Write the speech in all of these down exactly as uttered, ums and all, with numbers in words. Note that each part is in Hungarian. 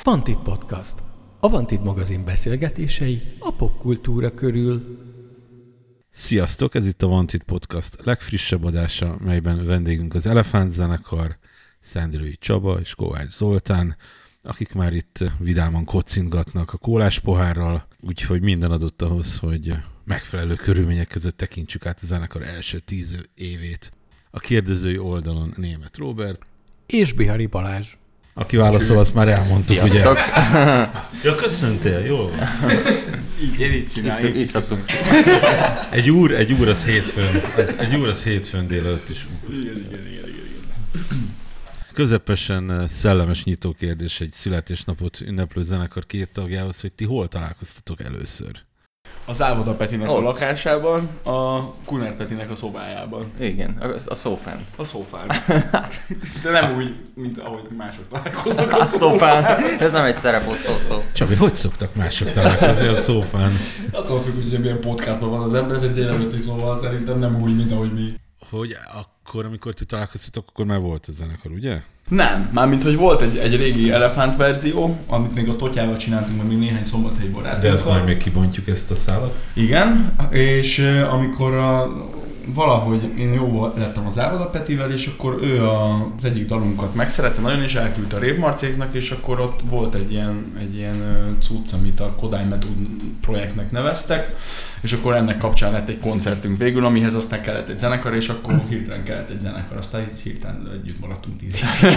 Vantit Podcast. A Vantit magazin beszélgetései a popkultúra körül. Sziasztok, ez itt a Vantit Podcast legfrissebb adása, melyben vendégünk az Elefánt zenekar, Szendrői Csaba és Kovács Zoltán, akik már itt vidáman kocintgatnak a kólás pohárral, úgyhogy minden adott ahhoz, hogy megfelelő körülmények között tekintsük át a zenekar első tíz évét. A kérdezői oldalon Németh Róbert és Bihari Balázs. Aki válaszol, azt már elmondtuk, Sziasztok. ugye? Ja, köszöntél, jól van. Így, így csináljuk. Így szoktunk. Egy úr, egy úr az hétfőn, egy úr az hétfőn délelőtt is. Igen, igen, igen, igen. Közepesen szellemes nyitókérdés egy születésnapot ünneplő zenekar két tagjához, hogy ti hol találkoztatok először? A Závoda Petinek Ott. a lakásában, a Kunert Petinek a szobájában. Igen, a, a szófán. A szófán. De nem úgy, mint ahogy mások találkoznak a, a szófán. szófán. Ez nem egy szereposztó szó. Csabi, hogy szoktak mások találkozni a szófán? Attól függ, hogy milyen podcastban van az ember, ez egy délelőtti, szóval szerintem nem úgy, mint ahogy mi. Hogy akkor, amikor ti találkoztatok, akkor már volt a zenekar, ugye? Nem, mármint, hogy volt egy, egy régi Elefánt verzió, amit még a Totyával csináltunk, mert még néhány szombathelyi barátunkkal. De ezt majd még kibontjuk ezt a szálat. Igen, és uh, amikor a, valahogy én jó lettem az Závoda Petivel, és akkor ő a, az egyik dalunkat megszerette nagyon, és elküldte a Rév Marcéknak, és akkor ott volt egy ilyen, egy ilyen uh, cucc, amit a Kodály Method projektnek neveztek, és akkor ennek kapcsán lett egy koncertünk végül, amihez aztán kellett egy zenekar, és akkor hirtelen kellett egy zenekar, aztán így hirtelen együtt maradtunk tíz évig.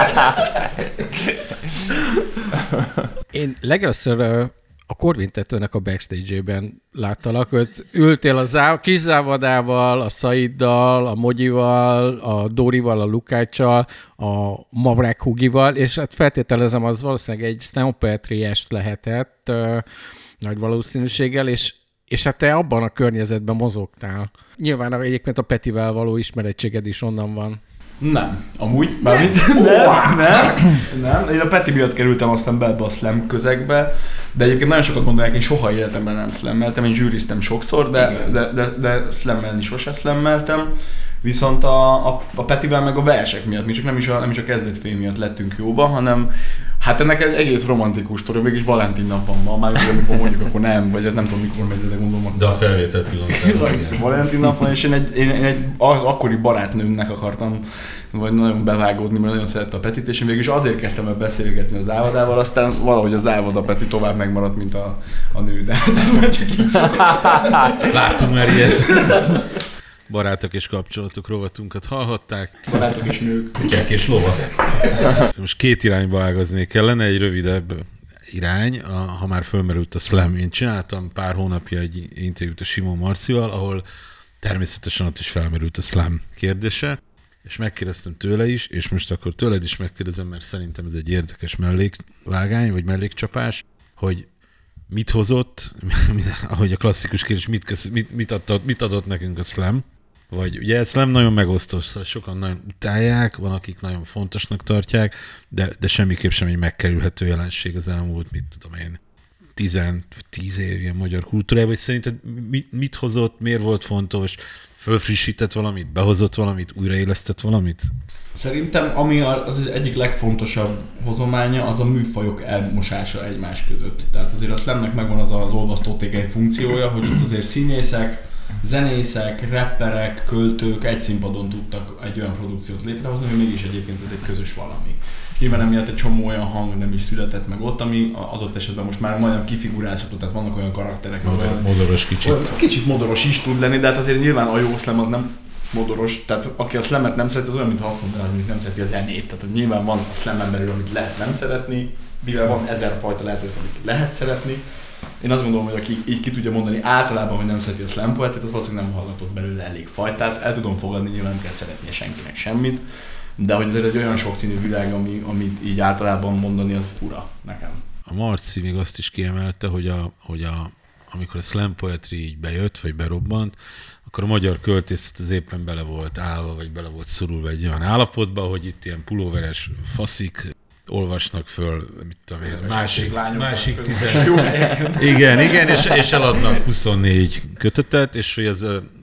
Én legelőször a Corvin Tetőnek a backstage-ében láttalak, hogy ültél a zá- kis Závadával, a Szaiddal, a Mogyival, a Dórival, a Lukáccsal, a Mavrák Hugival, és hát feltételezem, az valószínűleg egy slam poetry est lehetett uh, nagy valószínűséggel, és És hát te abban a környezetben mozogtál. Nyilván egyébként a Petivel való ismerettséged is onnan van. Nem. Amúgy? Mármint? Nem, nem, nem. Én a Peti miatt kerültem aztán be ebbe a slam közegbe, de egyébként nagyon sokat mondanak, én soha életemben nem slammeltem, én zsűriztem sokszor, de, de, de, de slammelni sose slammeltem. Viszont a, a, a Petivel meg a versek miatt, mi csak nem is a, nem is a kezdetfény miatt lettünk jóba, hanem hát ennek egy egész romantikus sztori, mégis Valentin nap van ma, már amikor mondjuk, akkor nem, vagy nem tudom mikor megy, de gondolom. De a felvétel pillanatában. Valentin nap van, és én egy, én egy az akkori barátnőmnek akartam, vagy nagyon bevágódni, mert nagyon szerette a Petit, és én végül is azért kezdtem el beszélgetni az Závodával, aztán valahogy az Závoda Peti tovább megmaradt, mint a, a nő, de hát csak így láttunk már ilyet. Barátok és kapcsolatok rovatunkat hallhatták. Barátok és nők. Kutyák és lovak. Most két irányba ágazni kellene, egy rövidebb irány, a, ha már fölmerült a slam. Én csináltam pár hónapja egy interjút a Simon Marcival, ahol természetesen ott is felmerült a slam kérdése, és megkérdeztem tőle is, és most akkor tőled is megkérdezem, mert szerintem ez egy érdekes mellékvágány, vagy mellékcsapás, hogy mit hozott, ahogy a klasszikus kérdés, mit, kösz, mit, mit, adott, mit adott nekünk a slam, vagy ugye a slam nagyon megosztó, szóval sokan nagyon utálják, van akik nagyon fontosnak tartják, de, de semmiképp sem egy megkerülhető jelenség az elmúlt, mit tudom én, tizen, tíz év ilyen magyar kultúrában, és szerinted mit, mit hozott, miért volt fontos, fölfrissített valamit, behozott valamit, újraélesztett valamit? Szerintem ami az egyik legfontosabb hozománya, az a műfajok elmosása egymás között. Tehát azért a slamnek megvan az az olvasztótékeny funkciója, hogy itt azért színészek, zenészek, rapperek, költők egy színpadon tudtak egy olyan produkciót létrehozni, hogy mégis egyébként ez egy közös valami. Nyilván emiatt egy csomó olyan hang nem is született meg ott, ami adott esetben most már majdnem kifigurálható, tehát vannak olyan karakterek. Modor, olyan, modoros kicsit. Olyan, kicsit modoros is tud lenni, de hát azért nyilván a jó slam az nem modoros, tehát aki a slamet nem szereti, az olyan, mintha azt mondaná, hogy nem szereti a zenét. Tehát nyilván van a slamen belül, amit lehet nem szeretni, mivel van ezer fajta lehetőség, amit lehet szeretni. Én azt gondolom, hogy aki így ki tudja mondani általában, hogy nem szereti a slam poetryt, az valószínűleg nem hallgatott belőle elég fajtát. El tudom fogadni, nyilván nem kell szeretnie senkinek semmit, de hogy ez egy olyan sokszínű világ, ami, amit így általában mondani, az fura nekem. A Marci még azt is kiemelte, hogy, a, hogy a, amikor a slam poetry így bejött, vagy berobbant, akkor a magyar költészet az éppen bele volt állva, vagy bele volt szorulva egy olyan állapotba, hogy itt ilyen pulóveres faszik olvasnak föl, mit tudom én, másik, másik tizen... Igen, igen, és, és eladnak huszonnégy kötetet, és hogy ez,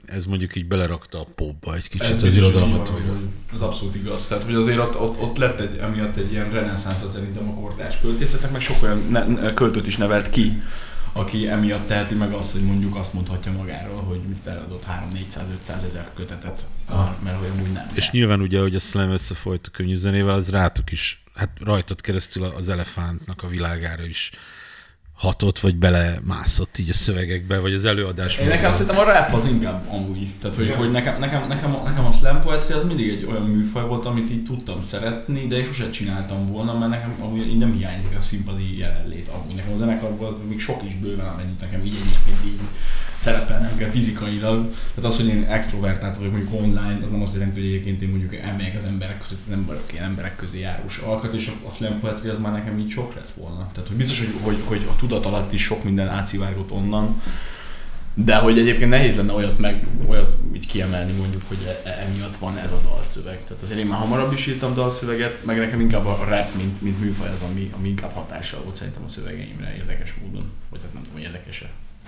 ez mondjuk így belerakta a popba egy kicsit Ez az irodalmat. Hogy az abszolút igaz. Tehát, hogy azért ott, ott, ott lett egy, emiatt egy ilyen reneszánsz szerintem a kortárs költészetnek, meg sok olyan ne, ne, költőt is nevelt ki, aki emiatt teheti meg azt, hogy mondjuk azt mondhatja magáról, hogy mit eladott három-négyszáz-ötszáz ezer kötetet, ah. mert hogy amúgy nem. És nyilván ugye, hogy a slam összefolyt a könnyű zenével, az rátok is, hát rajtad keresztül az Elefántnak a világára is hatott, vagy belemászott így a szövegekbe, vagy az előadás. Én nekem szerintem a rap az inkább amúgy. Tehát, hogy, hogy nekem, nekem, nekem, nekem a slam poetry az mindig egy olyan műfaj volt, amit így tudtam szeretni, de én sosem csináltam volna, mert nekem amúgy így nem hiányzik a színpadi jelenlét. Amúgy nekem a zenekarból még sok is bőven, amennyit nekem így egyébként így szerepelnem kell fizikailag. Tehát az, hogy én extrovertált vagyok mondjuk online, az nem azt jelenti, hogy egyébként én mondjuk elmegyek az emberek között, nem vagyok ilyen emberek közé járós alkat, és a slam poetry az már nekem így sok lett volna. Tehát hogy biztos, hogy, hogy, hogy a tudat alatt is sok minden átszivárgott onnan, de hogy egyébként nehéz lenne olyat meg, olyat így kiemelni mondjuk, hogy e- emiatt van ez a dalszöveg. Tehát azért én már hamarabb is írtam dalszöveget, meg nekem inkább a rap, mint, mint műfaj az, ami, ami inkább hatással volt szerintem a szövegeimre érdekes módon. Vagy hát nem tudom, érdekes-e.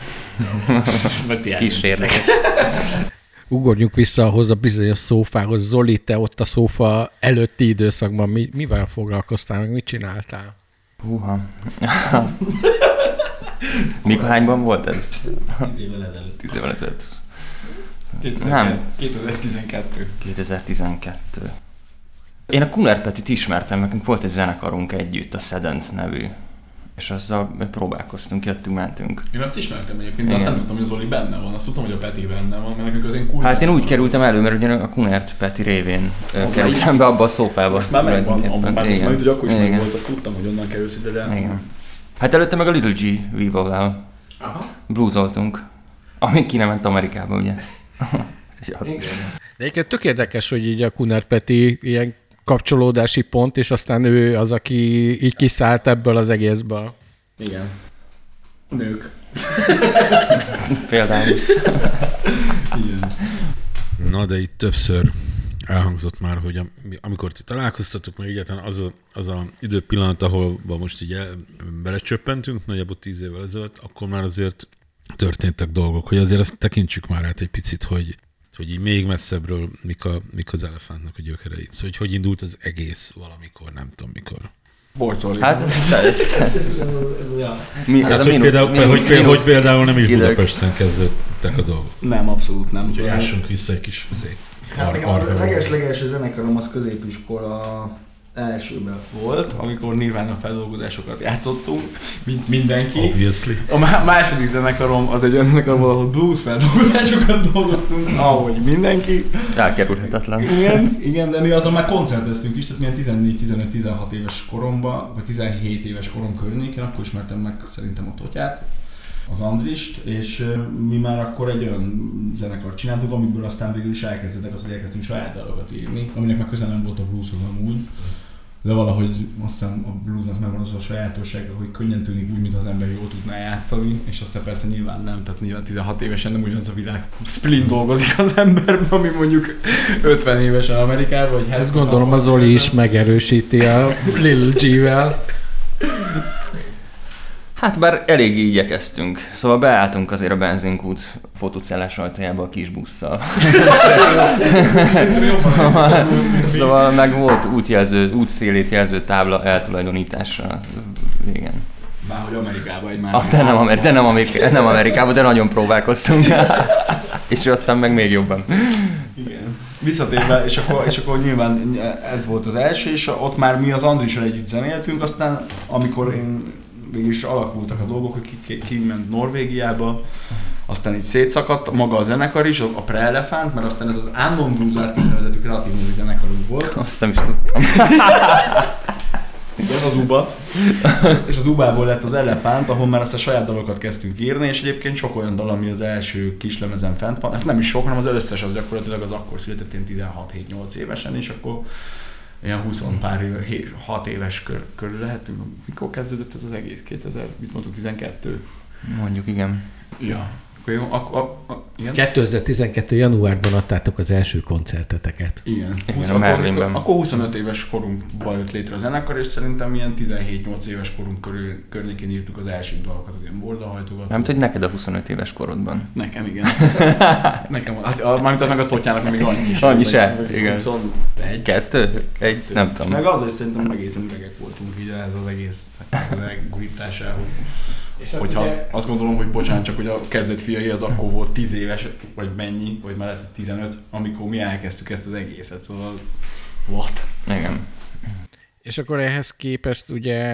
Kis érdekes. Ugorjunk vissza ahhoz a bizonyos szófához. Zoli, te ott a szófa előtti időszakban mi, mivel foglalkoztál, meg mit csináltál? Húha. Mikor hányban volt ez? Tíz évvel ezelőtt. Tíz évvel ezelőtt. Nem. kétezer-tizenkettő. kétezer-tizenkettő. Én a Kunert Petit ismertem, nekünk volt egy zenekarunk együtt, a Sedent nevű. És azzal próbálkoztunk, jöttünk, mentünk. Én azt ismertem egyébként, de azt nem tudtam, hogy az Zoli benne van. Azt tudtam, hogy a Peti benne van, mert nekünk az én kultúrán. Hát én úgy kerültem elő, mert ugye a Kunert Peti révén az kerültem be abba a szófába. Most már megvan, amúgy már azt hogy akkor is meg volt, azt tudtam, hogy onnan kerülsz ide, de... Igen. Hát előtte meg a Little G Vivo-vel bluesoltunk, amíg ki nem ment Amerikába, ugye. De egyébként tök érdekes, hogy így a Kunert Peti ilyen kapcsolódási pont, és aztán ő az, aki így kiszállt ebből az egészből. Igen. Nők. Például. Igen. Na, de itt többször elhangzott már, hogy amikor ti találkoztatok, meg egyáltalán az a, az a időpillanat, ahol most így el, belecsöppentünk, nagyjából tíz évvel ezelőtt, akkor már azért történtek dolgok, hogy azért ezt tekintsük már át egy picit, hogy hogy így még messzebbről mik, a, mik az Elefántnak a gyökereit. Szóval, hogy hogy indult az egész valamikor, nem tudom mikor. Borcoli. Hát ez, ez, ez, mi, ez hát, a hogy, mínusz, például, mínusz, hogy, mínusz, hogy például nem is idők. Budapesten kezdődtek a dolgok. Nem, abszolút nem. Úgyhogy ássunk vissza egy kis azért. Hát ar- ar- a leges-legelső zenekarom az középiskola elsőben volt, amikor Nirvana feldolgozásokat játszottunk, mint mindenki. Obviously. A má- második zenekarom az egy olyan zenekarom, ahol blues feldolgozásokat dolgoztunk, ahogy mindenki. Elkerülhetetlen. Igen, igen, de mi azon már koncerteztünk is, tehát milyen tizennégy tizenöt tizenhat éves koromban, vagy tizenhét éves korom környékén, akkor ismertem meg szerintem a Totyát, az Andrist, és mi már akkor egy olyan zenekart csináltunk, amiből aztán végül is elkezdődtek az, hogy elkezdtünk saját dalokat írni, aminek már közel nem volt a blueshoz amúgy, de valahogy azt hiszem a bluesnak megvan az a sajátossága, hogy könnyen tűnik úgy, mint az ember jól tudná játszani, és aztán persze nyilván nem, tehát nyilván tizenhat évesen nem ugyanaz a világ splin dolgozik az emberben, ami mondjuk ötven évesen Amerikában, vagy ezt gondolom a Zoli is megerősíti a Lil G-vel. Hát bár elég igyekeztünk. Szóval beálltunk azért a benzinkút fotócellás ajtajába a kis busszal. szóval, szóval meg volt útjelző, útszélét jelző tábla eltulajdonításra. Igen. Bárhogy Amerikában egy másik. De nem, Ameri- de nem, Amerika- nem Amerikában, de nagyon próbálkoztunk. És aztán meg még jobban. Igen. Visszatérve, és akkor, és akkor nyilván ez volt az első, és ott már mi az Andrissal együtt zenéltünk, aztán amikor én végülis alakultak a dolgok, hogy ki, ki ment Norvégiába, aztán így szétszakadt maga a zenekar is, a Pre-Elefánt, mert aztán ez az Unknown Blues Artist nevezetű kreatív nevű zenekarunk volt. Azt nem is tudtam. Igen, az Uba. És az Ubából lett az Elefánt, ahol már aztán saját dalokat kezdtünk írni, és egyébként sok olyan dal, ami az első kislemezen fent van, hát nem is sok, hanem az összes az gyakorlatilag az akkor született én tizenhat hét nyolc évesen, és akkor ilyen húsz pár éve, hat éves kör, körül lehetünk. Mikor kezdődött ez az egész? kétezer, mit mondtuk, tizenkettő? Mondjuk, igen. Ja. Akkor jó, akkor... A, a, igen? kétezer-tizenkettő januárban adtátok az első koncerteteket. Igen. Igen, húsz, a akkor, Merlinben. akkor huszonöt éves korunkban jött létre a zenekar, és szerintem ilyen tizenhét-nyolc éves korunk körül, környékén írtuk az első dalokat, ilyen bordahajtókat. Nem tudod, neked a huszonöt éves korodban. Nekem igen. Nekem, hát, a, mármint meg a Totyának még annyi is. Annyi se, igen. huszonegy. Kettő? Egy? Nem tudom. Meg az, hogy szerintem egészen üregek voltunk így ez az egész meggurításához. Hogyha azt, azt gondolom, hogy bocsánat, csak hogy a kezdet fiai az akkor volt tíz éves, vagy mennyi, vagy már lehet, hogy tizenöt, amikor mi elkezdtük ezt az egészet, szóval what? Igen. És akkor ehhez képest ugye,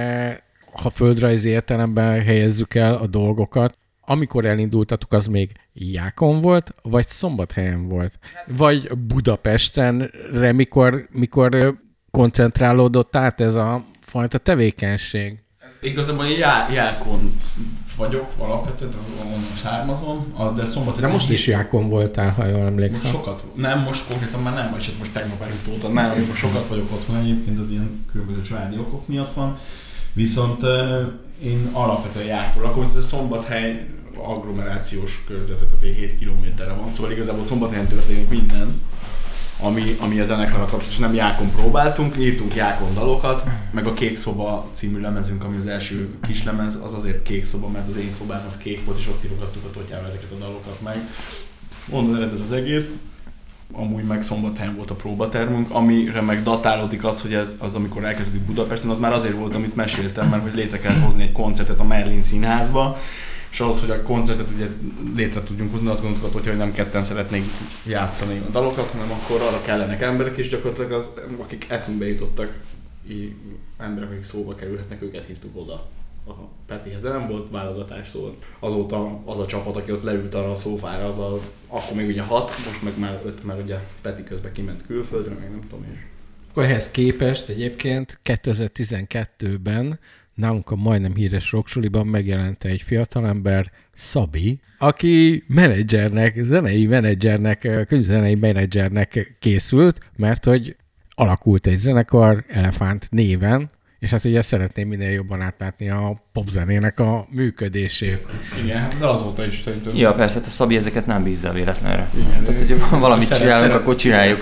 ha földrajzi értelemben helyezzük el a dolgokat, amikor elindultatok, az még Jákon volt, vagy Szombathelyen volt? Vagy Budapestenre, mikor, mikor koncentrálódott át ez a fajta tevékenység? Igazából én Já- Jákon vagyok alapvetően, onnan származom, de szombaton... De most is Jákon voltál, ha jól emlékszem. Most sokat, nem, most konkrétan már nem, vagy most tegnap előtt óta, nem, most sokat vagyok otthon egyébként, az ilyen különböző családi okok miatt van. Viszont uh, én alapvetően Jákon lakom, ez a Szombathely agglomerációs körzetet, tehát hét kilométerre van, szóval igazából Szombathelyen történik minden, ami, ami a zenekarra kapcsolatos, nem Jákon próbáltunk, írtunk Jákon dalokat, meg a Kék Szoba című lemezünk, ami az első kis lemez, az azért Kék Szoba, mert az én szobám az kék volt, és ott írogattuk a Totyával ezeket a dalokat meg. Onnan ered ez az egész. Amúgy meg Szombathelyen volt a próbatermünk, amire meg datálódik az, hogy ez az, amikor elkezdődik Budapesten, az már azért volt, amit meséltem, mert hogy létre kellett hozni egy koncertet a Merlin Színházba, és ahhoz, hogy a koncertet ugye létre tudjunk hozni, azt gondoltuk, hogy nem ketten szeretnénk játszani a dalokat, hanem akkor arra kellenek emberek, és gyakorlatilag az, akik eszünkbe jutottak, így emberek, akik szóba kerülhetnek, őket hívtuk oda. A Petihez, de nem volt válogatás, szóval azóta az a csapat, aki ott leült arra a szófára, az a, akkor még ugye hat, most meg már öt, mert ugye Peti közben kiment külföldre, meg nem tudom is. Akkor ehhez képest egyébként kétezer-tizenkettőben nálunk a majdnem híres rocksuliban megjelent egy fiatalember, Szabi, aki menedzsernek, zenei menedzsernek, könyvzenei menedzsernek készült, mert hogy alakult egy zenekar Elefánt néven, és hát ugye szeretném minél jobban átlátni a popzenének a működését. Igen, hát az azóta is szerintem. Ja, persze, a Szabi ezeket nem bízza véletlenre. Igen, tehát, hogy valamit szeret, csinálunk, szeret. akkor csináljuk.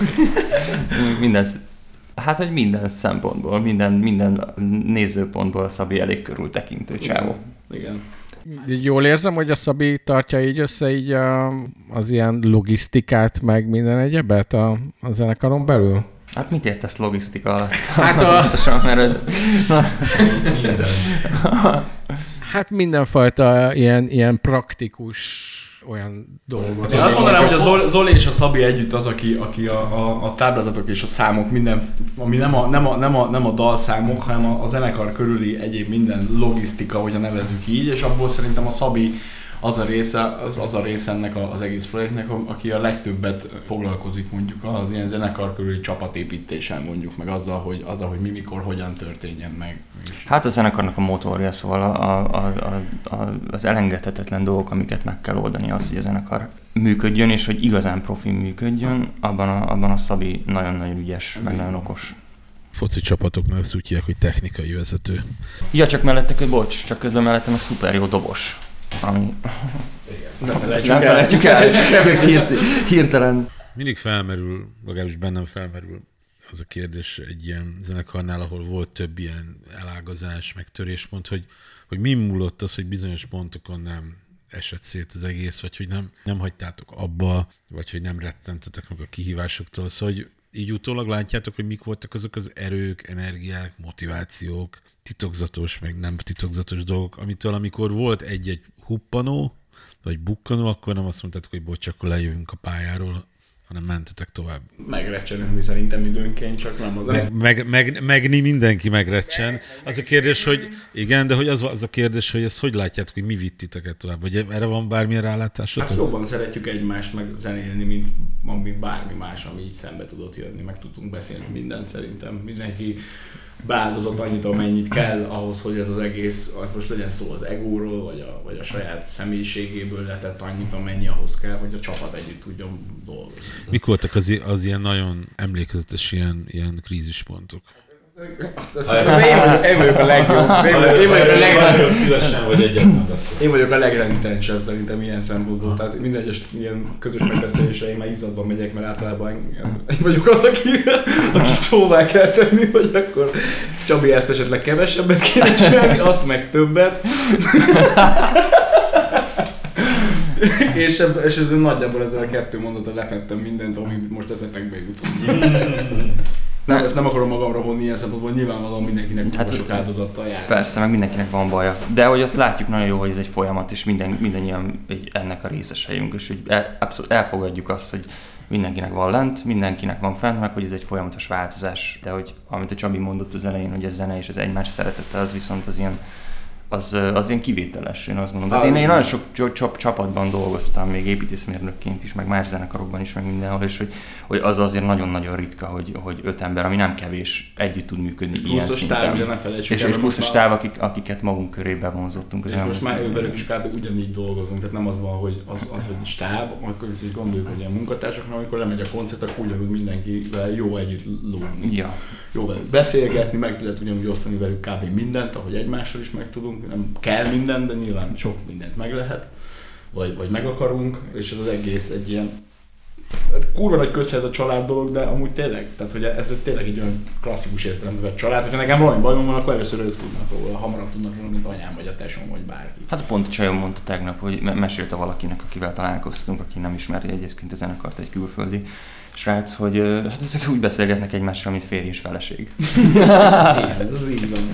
minden, hát, hogy minden szempontból, minden, minden nézőpontból a Szabi elég körültekintő csávó. Igen. Jól érzem, hogy a Szabi tartja így össze így a, az ilyen logisztikát, meg minden egyebet a, a zenekaron belül? Hát mit értesz logisztika alatt? Hát a... Pontosan, mert ez... Na. Hát mindenfajta ilyen, ilyen praktikus olyan dolgot. Én azt mondanám, hogy a Zoli, Zoli és a Szabi együtt az, aki, aki a, a, a táblázatok és a számok, minden, ami nem a, nem a, nem a, nem a dalszámok, hanem a, a zenekar körüli egyéb minden logisztika, hogyha nevezzük így, és abból szerintem a Szabi az a része, az, az a része ennek az egész projektnek, aki a legtöbbet foglalkozik mondjuk az ilyen zenekar körüli csapatépítéssel mondjuk, meg azzal, hogy, azzal, hogy mi, mikor, hogyan történjen meg. Hát a zenekarnak a motorja, szóval a, a, a, a, az elengedhetetlen dolgok, amiket meg kell oldani az, hogy a zenekar működjön, és hogy igazán profi működjön, abban a, abban a Szabi nagyon-nagyon ügyes, meg nagyon okos. Foci csapatoknál ezt úgy hívják, hogy technikai vezető. Ja, csak mellette, bocs, csak közben mellette meg szuper jó dobos. Ami... Nem felejtsük Nem el. felejtsük el, hirt, hirtelen. Mindig felmerül, legalábbis bennem felmerül az a kérdés egy ilyen zenekarnál, ahol volt több ilyen elágazás, meg töréspont, hogy, hogy mi múlott az, hogy bizonyos pontokon nem esett szét az egész, vagy hogy nem, nem hagytátok abba, vagy hogy nem rettentetek meg a kihívásoktól. Szóval, hogy így utólag látjátok, hogy mik voltak azok az erők, energiák, motivációk, titokzatos, meg nem titokzatos dolgok, amitől amikor volt egy-egy huppanó, vagy bukkanó, akkor nem azt mondtátok, hogy bocs, akkor lejövünk a pályáról, hanem mentetek tovább. Megrecsenünk mi szerintem időnként, csak nem az. Meg, meg, meg, megni mindenki megrecsen. Az a kérdés, hogy igen, de hogy az, az a kérdés, hogy ezt hogy látjátok, hogy mi vitt titeket tovább? Vagy erre van bármilyen rálátásotok? Hát jobban szeretjük egymást meg zenélni, mint ami bármi más, ami így szembe tudott jönni, meg tudtunk beszélni mindent szerintem. Mindenki beáldozott annyit, amennyit kell ahhoz, hogy ez az egész, az most legyen szó az egóról, vagy a, vagy a saját személyiségéből letett annyit, amennyi ahhoz kell, hogy a csapat együtt tudjon dolgozni. Mik voltak az, az ilyen nagyon emlékezetes ilyen, ilyen krízispontok? Azt, azt én, vagyok, én vagyok a legjobb. Én vagyok, én vagyok a legjobb. Szívesen vagy egyetlen beszél. Én vagyok a legrenitensebb szerintem ilyen szempontból. Tehát minden egyes ilyen közös megbeszélésre én már izzadban megyek, mert általában én vagyok az, aki, akit szóvá kell tenni, hogy akkor Csabi ezt esetleg kevesebbet kéne csinálni, azt meg többet. és, ebb, és ez nagyjából ezzel a kettő mondattal lefettem mindent, ami most ezeknek jutott. Nem, ezt nem akarom magamra vonni ilyen szempontból, nyilvánvalóan mindenkinek hát, sok áldozattal jár. Persze, meg mindenkinek van baja. De hogy azt látjuk nagyon jó, hogy ez egy folyamat, és minden, mindannyian ennek a részeseiünk, és hogy el, abszolút elfogadjuk azt, hogy mindenkinek van lent, mindenkinek van fent, meg hogy ez egy folyamatos változás. De hogy amit a Csabi mondott az elején, hogy a zene és az egymás szeretete, az viszont az ilyen az, az ilyen kivételes, én azt gondolom. Hát én, én nagyon sok csap, csapatban dolgoztam, még építészmérnökként is, meg más zenekarokban is, meg mindenhol, és hogy, hogy az azért nagyon-nagyon ritka, hogy, hogy öt ember, ami nem kevés, együtt tud működni ilyen szinten. Táv, ugye ne felejtsük és, és pluszos táv, akik, akiket magunk köré bevonzottunk. Az és most már ővelük is kb. Ugyanígy dolgozunk, tehát nem az van, hogy az, az hogy stáb, akkor is gondoljuk, hogy ilyen munkatársaknak, amikor lemegy a koncert, akkor ugyanúgy mindenkivel jó együtt lógni. Ja. Jó velük beszélgetni, meg lehet ugyanúgy osztani velük kb. Mindent, ahogy egymással is meg tudunk, nem kell minden, de nyilván sok mindent meg lehet, vagy, vagy meg akarunk, és ez az egész egy ilyen ez kurva nagy közhez a család dolog, de amúgy tényleg, tehát hogy ez tényleg egy olyan klasszikus értelemben vett család, hogyha nekem valami bajom van, akkor először ők tudnak róla, hamarabb tudnak róla, mint anyám, vagy a tesóm, vagy bárki. Hát pont a csajom mondta tegnap, hogy mesélte valakinek, akivel találkoztunk, aki nem ismeri egyébként a zenekart, egy külföldi srác, hogy hát ezek úgy beszélgetnek egymással, mint férj és feleség. Igen, ez így van.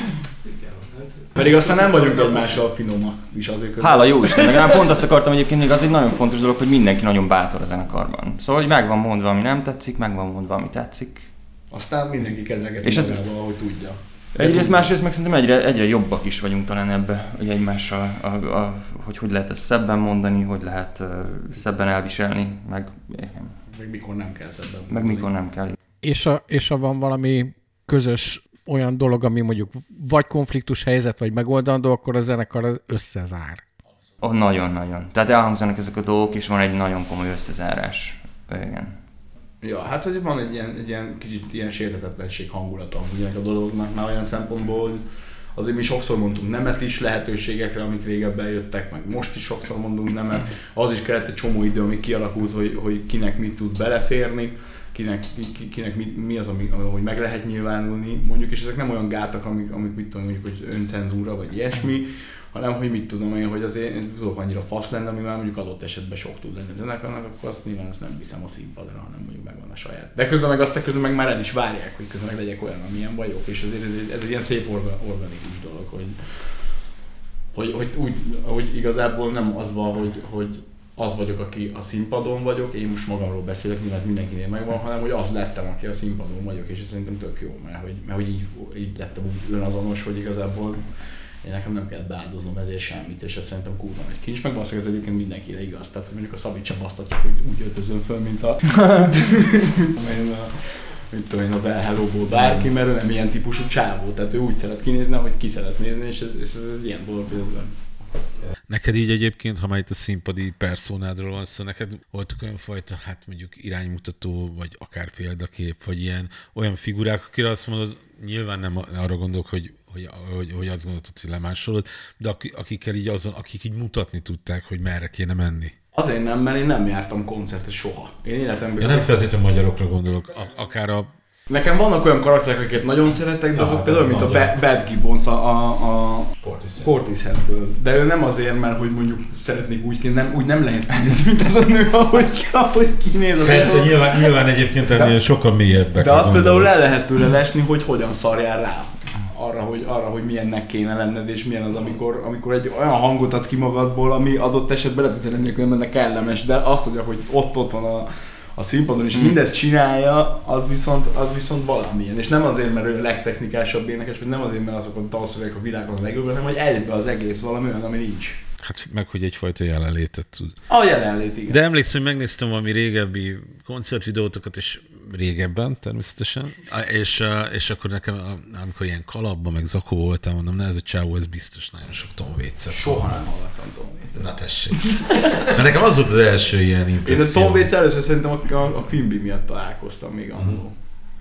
Pedig aztán nem vagyunk egymással finomak is azért közben. Hála jó Isten, legalább pont azt akartam egyébként, még az egy nagyon fontos dolog, hogy mindenki nagyon bátor a zenekarban. Szóval, hogy meg van mondva, ami nem tetszik, meg van mondva, ami tetszik. Aztán mindenki kezelgeti magával, ahogy tudja. Egyrészt, másrészt meg szerintem egyre, egyre jobbak is vagyunk talán ebbe, hogy egymással, a, a, hogy hogy lehet ezt szebben mondani, hogy lehet uh, szebben elviselni, meg... Meg mikor nem kell szebben mondani. Meg mikor nem kell. És ha, és ha van valami közös olyan dolog, ami mondjuk vagy konfliktus helyzet, vagy megoldandó, akkor a zenekar összezár. Oh, nagyon-nagyon. Tehát elhangzanak ezek a dolgok, és van egy nagyon komoly összezárás. Igen. Ja, hát hogy van egy ilyen, egy ilyen kicsit ilyen sérthetetlenség hangulata ennek a dolognak, már olyan szempontból, hogy azért mi sokszor mondtunk nemet is lehetőségekre, amik régebben jöttek, meg most is sokszor mondunk nemet. Az is kellett egy csomó idő, amíg kialakult, hogy, hogy kinek mit tud beleférni, kinek, kinek mi, mi az, ami, hogy meg lehet nyilvánulni, mondjuk, és ezek nem olyan gátak, amik, amik mit tudom, mondjuk, hogy öncenzúra vagy ilyesmi, hanem hogy mit tudom én, hogy azért én tudok annyira fasz lenni, ami már mondjuk adott esetben sok tud lenni a zenekarnak, akkor azt nyilván azt nem viszem a színpadra, hanem mondjuk megvan a saját. De közben meg azt közben meg már el is várják, hogy közben meg legyek olyan, amilyen vagyok, és ezért ez egy, ez egy ilyen szép organikus dolog, hogy, hogy, hogy úgy, hogy igazából nem az van, hogy, hogy az vagyok, aki a színpadon vagyok, én most magamról beszélek, nyilván ez mindenkinél megvan, hanem hogy az lettem, aki a színpadon vagyok, és ez szerintem tök jó, mert hogy, mert hogy így, így lettem úgy önazonos, hogy igazából én nekem nem kell beáldoznom ezért semmit, és ez szerintem kurva nagy kincs, meg valószínűleg ez egyébként mindenkire igaz, tehát mondjuk a Szabit sem basztatjuk, hogy úgy öltözöm föl, mint a mint tudom én, a Bell Hello-ból bárki, mert ő nem ilyen típusú csávó, tehát ő úgy szeret kinézni, hogy ki szeret nézni, és ez, és ez egy ilyen dolog, hogy ez nem. Neked így egyébként, ha már itt a színpadi personádról van szó, neked voltak olyan fajta, hát mondjuk iránymutató, vagy akár példakép, vagy ilyen olyan figurák, akire azt mondod, nyilván nem arra gondolok, hogy, hogy, hogy, hogy azt gondolod, hogy lemásolod, de akikkel így azon, akik így mutatni tudták, hogy merre kéne menni. Azért nem, mert én nem jártam koncertet soha. Én életemben... Ja, nem feltétlenül magyarokra gondolok, akár a... Nekem vannak olyan karakterek, akiket nagyon szeretek, de azok például, mint a Bad Gibbons a, a, a Portisheadből. De ő nem azért, mert hogy mondjuk szeretnék úgy kinézni, nem, úgy nem lehet kinézni, mint az a nő, ahogy, ahogy kinéz. Persze, nyilván, nyilván egyébként ennél sokkal mélyebbek. De azt például le lehet tőle lesni, hogy hogyan szarjál rá. Arra hogy, arra, hogy milyennek kéne lenned, és milyen az, amikor, amikor egy olyan hangot adsz ki magadból, ami adott esetben lehet, hogy lennék olyan kellemes, de azt mondja, hogy ott-ott van a a színpadon, és mm. mindezt csinálja, az viszont, az viszont valamilyen. És nem azért, mert ő a legtechnikásabb énekes, vagy nem azért, mert azok a dalszövegek a világon a legjobb, hanem hogy egybe az egész valami olyan, ami nincs. Hát meg, hogy egyfajta jelenlétet tud. A jelenlét, igen. De emlékszem, hogy megnéztem valami régebbi koncertvideótokat, és régebben természetesen, és, és akkor nekem, amikor ilyen kalapban, meg zakó voltam, mondom, ne ez a csávó, ez biztos nagyon sok Tom Waits-et. Soha nem hallottam Tom Waits-et. Na tessék. Mert nekem az volt az első ilyen impresszió. Én a Tom Waits először szerintem a, a, a Quimby miatt találkoztam még annól.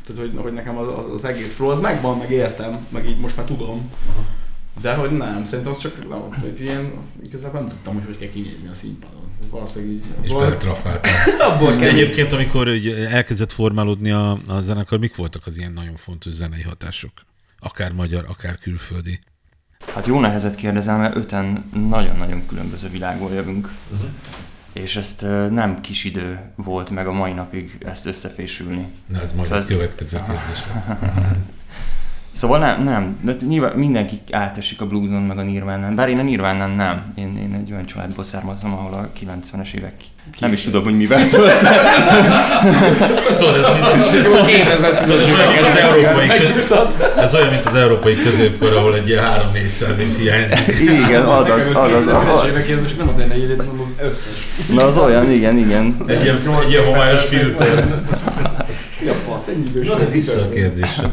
Tehát, hogy, hogy nekem az, az, az egész flow, az megvan, meg értem, meg így most már tudom. De hogy nem, szerintem az csak nem, hogy ilyen, az igazából nem tudtam, hogy hogy kell kinézni a színpadon. Valószínűleg így... És beletrafáltam. Egyébként, amikor elkezdett formálódni a, a zenekar, mik voltak az ilyen nagyon fontos zenei hatások? Akár magyar, akár külföldi. Hát jó nehezet kérdezem, mert öten nagyon-nagyon különböző világból jövünk. Uh-huh. És ezt uh, nem kis idő volt meg a mai napig ezt összefésülni. Na ez majd szóval a következő kérdés lesz. Szóval nem, nem. De nyilván mindenki átesik a blueson meg a Nirvánán. Bár én a Nirvánán nem. Én, én egy olyan családból származom, ahol a kilencvenes évek nem is tudom, hogy mivel töltem. Tudod, ez ez olyan, mint az európai középkor, ahol egy ilyen három-négyszáz év hiányzik. Igen, azaz, azaz. Az évek érzés nem az zenei élét, hanem az összes. Na az olyan, igen, igen. Egy ilyen, egy ilyen homályos filter. Ja, fasz, ennyi idős. Na de vissza a kérdésre.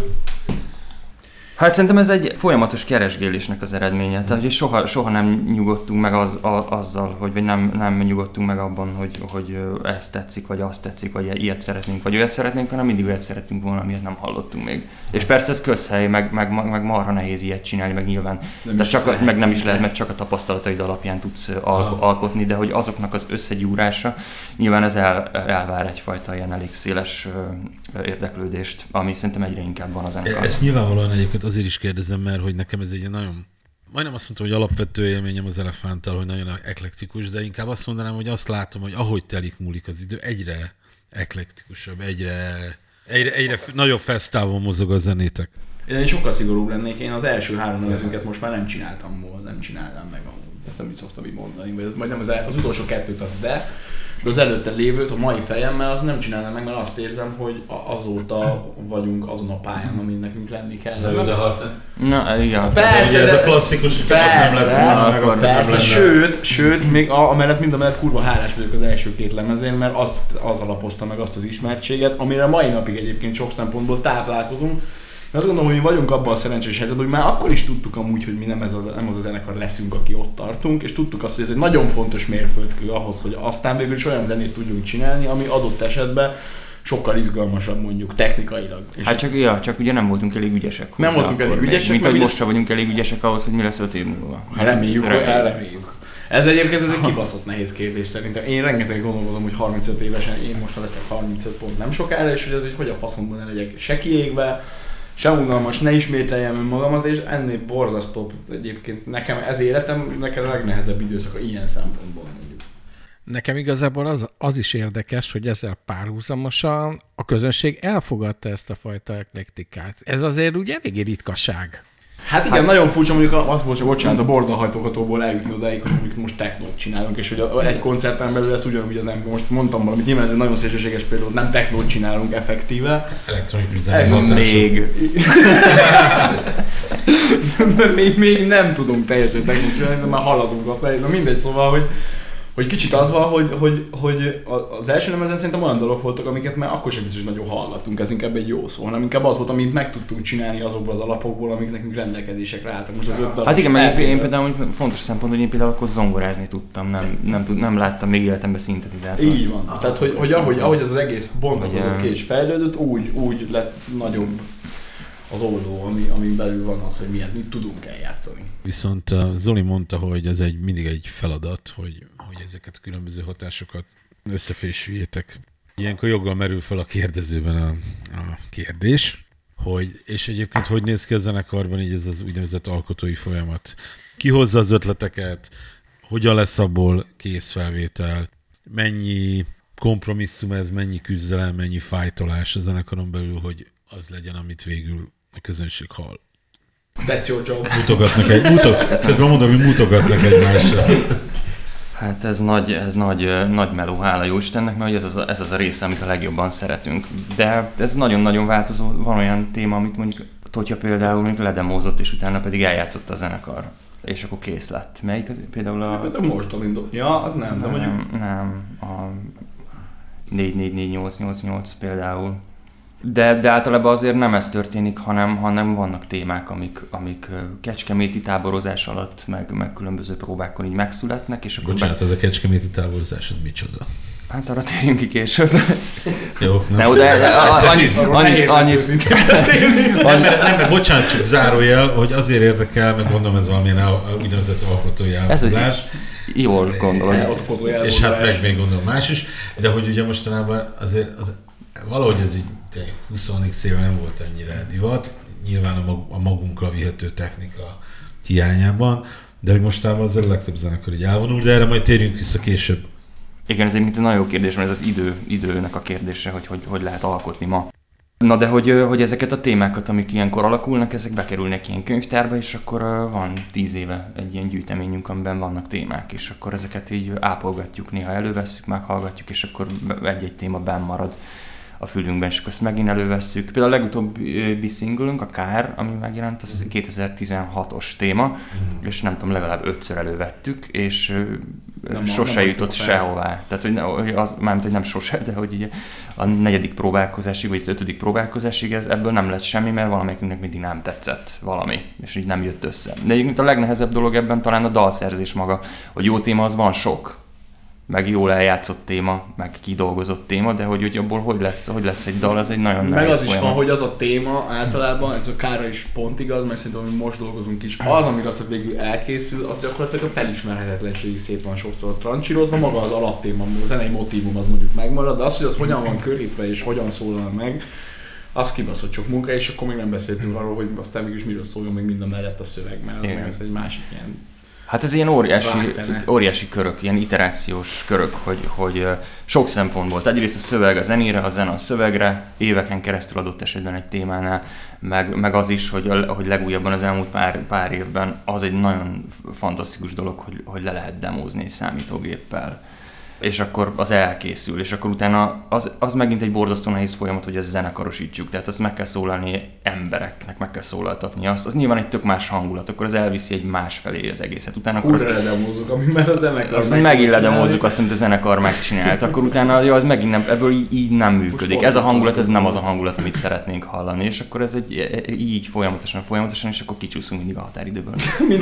Hát szerintem ez egy folyamatos keresgélésnek az eredménye. Tehát, hogy soha, soha nem nyugodtunk meg az, a, azzal, hogy vagy nem, nem nyugodtunk meg abban, hogy, hogy ez tetszik, vagy azt tetszik, vagy ilyet szeretnénk, vagy olyat szeretnénk, hanem mindig olyat szerettünk volna, amilyet nem hallottunk még. És persze ez közhely, meg, meg, meg marha nehéz ilyet csinálni, meg nyilván. De csak a, meg nem is lehet, mert csak a tapasztalataid alapján tudsz al- alkotni, de hogy azoknak az összegyúrása, nyilván ez el, elvár egyfajta ilyen elég széles érdeklődést, ami szerintem egyre inkább van a zenekarban. Ezt nyilvánvalóan egyébként azért is kérdezem, mert hogy nekem ez egy nagyon, majdnem azt mondtam, hogy alapvető élményem az Elefánttal, hogy nagyon eklektikus, de inkább azt mondanám, hogy azt látom, hogy ahogy telik múlik az idő, egyre eklektikusabb, egyre, egyre, egyre nagyobb fesztávon mozog a zenétek. Én sokkal szigorúbb lennék, én az első három nevezünket most már nem csináltam volna, nem csináltam meg amúgy. Ezt nem így szoktam így mondani, vagy majd nem az, az utolsó kettőt az, de de az előtte lévőt, a mai fejemmel az nem csinálnám meg, mert azt érzem, hogy azóta vagyunk azon a pályán, amin nekünk lenni kell. Na, de ha azt Na, igen. Persze, de ez a klasszikus, persze, nem lett volna meg, akkor persze, nem sőt, sőt, még a, amellett mind a mellett kurva hálás vagyok az első két lemezén, mert azt, az alapozta meg azt az ismertséget, amire mai napig egyébként sok szempontból táplálkozunk. Azt gondolom, hogy mi vagyunk abban a szerencsés helyzetben, hogy már akkor is tudtuk amúgy, hogy mi nem, ez a, nem az a zenekar leszünk, aki ott tartunk, és tudtuk azt, hogy ez egy nagyon fontos mérföldkő ahhoz, hogy aztán végül is olyan zenét tudjunk csinálni, ami adott esetben sokkal izgalmasabb mondjuk technikailag. És hát csak, ja, csak ugye nem voltunk elég ügyesek. Nem voltunk elég ügyesek. Mint hogy most sem vagyunk elég ügyesek ahhoz, hogy mi lesz öt év múlva. Reméljük, reméljük. Ez egyébként ez egy kibaszott nehéz kérdés szerintem. Én rengeteg gondolkodom, hogy harmincöt évesen, én most leszek harmincöt pont nem sokára, és hogy ez, hogy, hogy a faszomban ne legyek se kiégve, se unalmas, ne ismételjem önmagamat, és ennél borzasztóbb egyébként nekem ez életem, nekem a legnehezebb időszaka ilyen szempontból. Nekem igazából az, az is érdekes, hogy ezzel párhuzamosan a közönség elfogadta ezt a fajta eklektikát. Ez azért ugye eléggé ritkaság. Hát igen, hát, nagyon furcsa mondjuk azt volt, hogy bocsánat, a bordahajtógatóból eljutni odáig, hogy mondjuk most technót csinálunk, és hogy egy koncerten belül lesz ugyanúgy az ember. Most mondtam valamit, nyilván ez egy nagyon szélsőséges példa, nem technót csinálunk effektíve. Elektronikus zenei még. még. Még nem tudunk teljesen technót csinálni, de már haladunk a felé. Na mindegy, szóval, hogy hogy kicsit az van, hogy, hogy, hogy az első lemezen szerintem olyan dolgok voltak, amiket már akkor sem biztos, hogy nagyon hallottunk, ez inkább egy jó szó, hanem inkább az volt, amit meg tudtunk csinálni azokból az alapokból, amik nekünk rendelkezésekre álltak. Most az öt hát igen, mert én, én például fontos szempont, hogy én például akkor zongorázni tudtam, nem, nem, tud, nem láttam még életemben szintetizátort. Így van. Ah, tehát, hogy, hogy ahogy, ahogy ez az egész bontakozott ki és fejlődött, úgy, úgy lett nagyobb az oldó, ami, ami belül van az, hogy miért, mit tudunk eljátszani. Viszont Zoli mondta, hogy ez egy, mindig egy feladat, hogy, hogy ezeket a különböző hatásokat összefésüljétek. Ilyenkor joggal merül fel a kérdezőben a, a kérdés, hogy, és egyébként hogy néz ki a zenekarban így ez az úgynevezett alkotói folyamat? Ki hozza az ötleteket, hogyan lesz abból készfelvétel, mennyi kompromisszum ez, mennyi küzdelem, mennyi fájtolás a zenekaron belül, hogy az legyen, amit végül a közönség hall. That's your job. Mutogatnak egy, mutok, közben mondom, hogy mutogatnak egymásra. Hát ez nagy, ez nagy, nagy meló, hála jó Istennek, mert ez az, a, ez az a része, amit a legjobban szeretünk. De ez nagyon-nagyon változó, van olyan téma, amit mondjuk Totya például mondjuk ledemózott, és utána pedig eljátszott a zenekar. És akkor kész lett. Melyik az például a... Például most a Windows. Ja, az nem, nem, de mondjuk... Nem, a négy négy négy nyolc nyolc nyolc például. De, de általában azért nem ez történik, hanem, hanem vannak témák, amik, amik kecskeméti táborozás alatt, meg, meg különböző próbákon így megszületnek. És akkor Bocsánat, be... ez a kecskeméti táborozás, az micsoda? Hát arra térjünk ki később. Jó, nem. Ne, de, de, annyit, annyit, annyit, nem, nem, bocsánat, csak zárójel, hogy azért érdekel, meg gondolom ez valamilyen úgynevezett alkotói elmondás. Jól gondolod. És hát meg még gondolom más is, de hogy ugye mostanában azért az, valahogy ez így húsz x éve nem volt ennyire divat, nyilván a, mag, a magunkra vihető technika hiányában, de hogy mostanában az a legtöbb zenekar így elvonul, de erre majd térjünk vissza később. Igen, ez egy nagyon jó kérdés, mert ez az idő, időnek a kérdése, hogy, hogy hogy lehet alkotni ma. Na de hogy, hogy ezeket a témákat, amik ilyenkor alakulnak, ezek bekerülnek ilyen könyvtárba, és akkor van tíz éve egy ilyen gyűjteményünk, amiben vannak témák, és akkor ezeket így ápolgatjuk, néha elővesszük, meghallgatjuk, és akkor egy-egy téma benn marad a fülünkben, és akkor ezt megint elővesszük. Például a legutóbbi singlünk, a Kár, ami megjelent, az kétezer-tizenhatos téma, mm. és nem tudom, legalább ötször elővettük, és nem, sose nem jutott sehová. Tehát, hogy, ne, az, mármint, hogy nem sose, de hogy ugye a negyedik próbálkozásig, vagy az ötödik próbálkozásig ez, ebből nem lett semmi, mert valamelyikünknek mindig nem tetszett valami, és így nem jött össze. De egyébként a legnehezebb dolog ebben talán a dalszerzés maga, hogy jó téma az van sok, meg jól eljátszott téma, meg kidolgozott téma, de hogy, hogy abból hogy lesz, hogy lesz egy dal, az egy nagyon nehéz meg az is folyamat. van, hogy az a téma általában, ez a Kárra is pont igaz, mert szerintem, hogy most dolgozunk is, az, amire azt végül elkészül, az gyakorlatilag a felismerhetetlenségig szét van sokszor trancsírozva, maga az alaptéma, a zenei motívum az mondjuk megmarad, de az, hogy az hogyan van körítve és hogyan szólal meg, az kibaszott sok munka, és akkor még nem beszéltünk arról, hogy aztán mégis miről szóljon még minden mellett a szöveg, mert ez egy másik ilyen. Hát ez ilyen óriási, óriási körök, ilyen iterációs körök, hogy, hogy sok szempontból. Tehát egyrészt a szöveg a zenére, a zene a szövegre, éveken keresztül adott esetben egy témánál, meg, meg az is, hogy, a, hogy legújabban az elmúlt pár, pár évben az egy nagyon fantasztikus dolog, hogy, hogy le lehet demózni egy számítógéppel. És akkor az elkészül, és akkor utána az, az megint egy borzasztó nehéz folyamat, hogy ezt zenekarosítsuk, tehát azt meg kell szólalni embereknek, meg kell szólaltatni azt, az nyilván egy tök más hangulat, akkor az elviszi egy más felé az egészet. Utána akkor azt ledemózzuk, amiben a zenekar azt megint ledemózzuk azt, amit a zenekar megcsinált, akkor utána jó, az megint nem, ebből így, így nem működik. Ez a hangulat, ez nem az a hangulat, amit szeretnénk hallani, és akkor ez egy így folyamatosan, folyamatosan, és akkor kicsúszunk mindig a határidőből.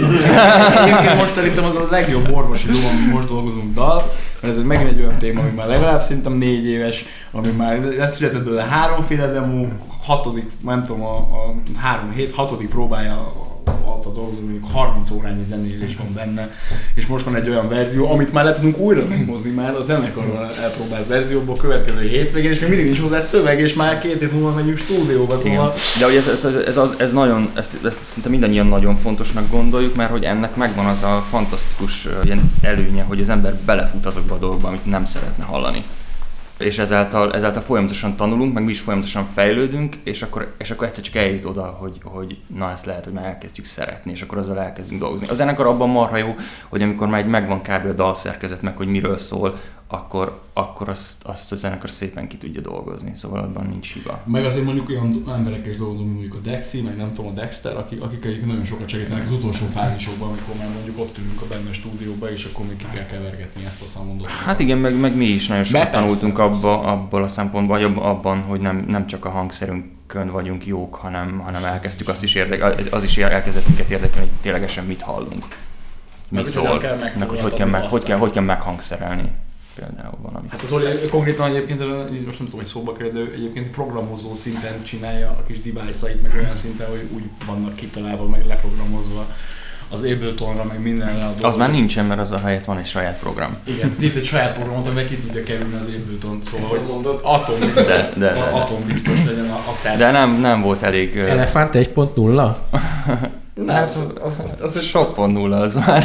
Egyébként most szerintem az a legjobb orvosi dolog, amit most dolgozunk dal, mert ez megint egy olyan téma, ami már legalább szerintem négy éves, ami már lesz született belőle háromféle demo, hatodik, nem tudom, a, a három hét, hatodik próbája alatt a dolgozó, mondjuk harminc órányi zenélés van benne, és most van egy olyan verzió, amit már le tudunk újra megmozni már a zenekarral elpróbált verzióból következő hétvégén, és még mindig nincs hozzá szöveg, és már két év múlva megyünk stúdióba, szóval... De hogy ez, ez, ez, ez, ez nagyon, ezt, ezt szinte mindannyian nagyon fontosnak gondoljuk, mert hogy ennek megvan az a fantasztikus ilyen előnye, hogy az ember belefut azokba a dolgokba, amit nem szeretne hallani. És ezáltal, ezáltal folyamatosan tanulunk, meg mi is folyamatosan fejlődünk, és akkor, és akkor egyszer csak eljut oda, hogy, hogy na ezt lehet, hogy már elkezdjük szeretni, és akkor azzal elkezdünk dolgozni. A zenekar abban marha jó, hogy amikor már egy megvan kb. A dalszerkezet, meg hogy miről szól, akkor, akkor azt, azt a zenekar szépen ki tudja dolgozni, szóval abban nincs hiba. Meg azért mondjuk olyan emberekkel is dolgozunk, mondjuk a Dexi, meg nem tudom, a Dexter, akik, akik egyébként nagyon sokat segítenek az utolsó fázisokban, amikor már mondjuk ott ülünk a benne stúdióba, és akkor még ki kell kevergetni ezt a számondot. Hát igen, meg, meg mi is nagyon sokat tanultunk abba, abból a szempontból, abban, hogy nem, nem csak a hangszerünkön vagyunk jók, hanem, hanem elkezdtük azt is érdekel, az is elkezdett minket érdekelni, hogy ténylegesen mit hallunk, mi szól, meg hogy hogy kell, meg, hogy, kell, hogy kell meghangszerelni. Például valamit. Hát az Oli konkrétan egyébként, most nem tudom, hogy szóba kerül, de egyébként programozó szinten csinálja a kis device-ait, meg olyan szinten, hogy úgy vannak kitalálva, meg leprogramozva az Abletonra, meg mindenre a dolgok. Az már nincsen, mert az a helyett van egy saját program. Igen, itt egy saját programot, amivel ki tudja kerülni az Ableton, szóval hogy mondod, atombiztos, de, de, de, atombiztos legyen a, a szert. De nem, nem volt elég... Elefánt egy pont nulla? Nem, hát, az, az, az, az, az sok pont nulla az már.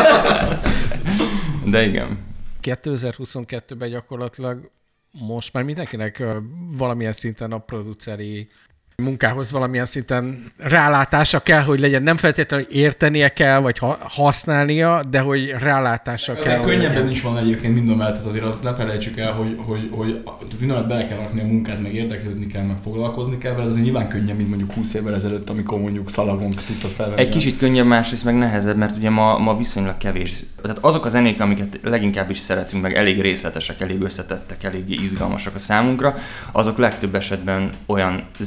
De igen. kétezer-huszonkettőben gyakorlatilag most már mindenkinek valamilyen szinten a produceri munkához valamilyen szinten rálátása kell, hogy legyen. Nem feltétlenül értenie kell, vagy használnia, de hogy rálátása de kell. Könnyebben is van egyébként mind a mellett, azért azt ne felejtsük el, hogy, hogy, hogy mindent bele kell rakni a munkát, meg érdeklődni kell, meg foglalkozni kell, mert azért nyilván könnyebb, mint mondjuk húsz évvel ezelőtt, amikor mondjuk szalagon tudtad felvenni. Egy kicsit könnyebb, másrészt meg nehezebb, mert ugye ma, ma viszonylag kevés. Tehát azok a zenék, amiket leginkább is szeretünk, meg elég részletesek, elég összetettek, elég izgalmasak a számunkra, azok legtöbb esetben olyan zenék,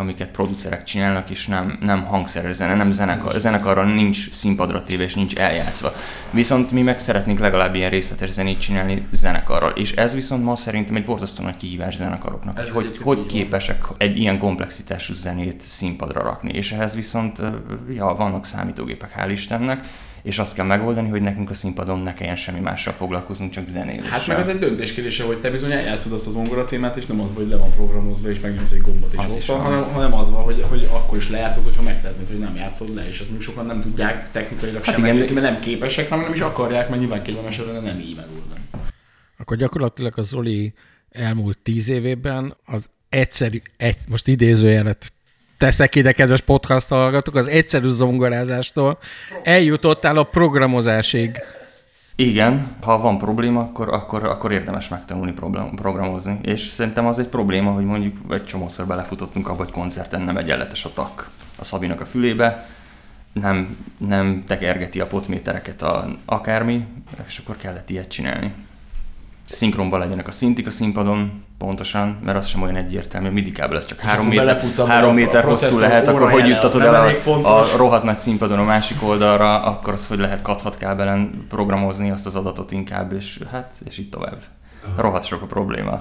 amiket producerek csinálnak, és nem, nem hangszeres zene, nem zenekar, zenekarra nincs színpadra téve, és nincs eljátszva. Viszont mi meg szeretnénk legalább ilyen részletes zenét csinálni zenekarral, és ez viszont ma szerintem egy borzasztó nagy kihívás zenekaroknak, hogy hogy, hogy képesek egy ilyen komplexitású zenét színpadra rakni, és ehhez viszont ja, vannak számítógépek, hál' Istennek, és azt kell megoldani, hogy nekünk a színpadon ne kelljen semmi mással foglalkoznunk, csak zenéléssel. Hát meg ez egy döntés kérdése, hogy te bizony eljátszod azt a zongoratémát, és nem az, hogy le van programozva, és megnyomsz egy gombot és ott van, hanem, hanem az van, hogy, hogy akkor is lejátszod, hogyha megtehetnéd, hogy nem játszod le, és azt mondjuk sokan nem tudják technikailag hát sem eljutni, mert nem képesek, hanem nem is akarják, mert nyilván kellemesebben nem így megoldani. Akkor gyakorlatilag a Zoli elmúlt tíz évében az egyszerű, egy, most idézőjelet teszek ide, kedves podcast hallgatók, az egyszerű zongorázástól eljutottál a programozásig. Igen, ha van probléma, akkor, akkor, akkor érdemes megtanulni programozni. És szerintem az egy probléma, hogy mondjuk egy csomószor belefutottunk abba, hogy koncerten nem egyenletes a tak a Szabinak a fülébe, nem, nem tekergeti a potmétereket a, akármi, és akkor kellett ilyet csinálni. Szinkronban legyenek a szintik a színpadon, pontosan, mert az sem olyan egyértelmű, midikából ez csak három méter, három méter hosszú lehet, akkor hogy juttatod el a, a rohadt nagy színpadon a másik oldalra, akkor az hogy lehet cat-hat kábelen programozni azt az adatot inkább, és hát, és így tovább. Rohadt sok a probléma.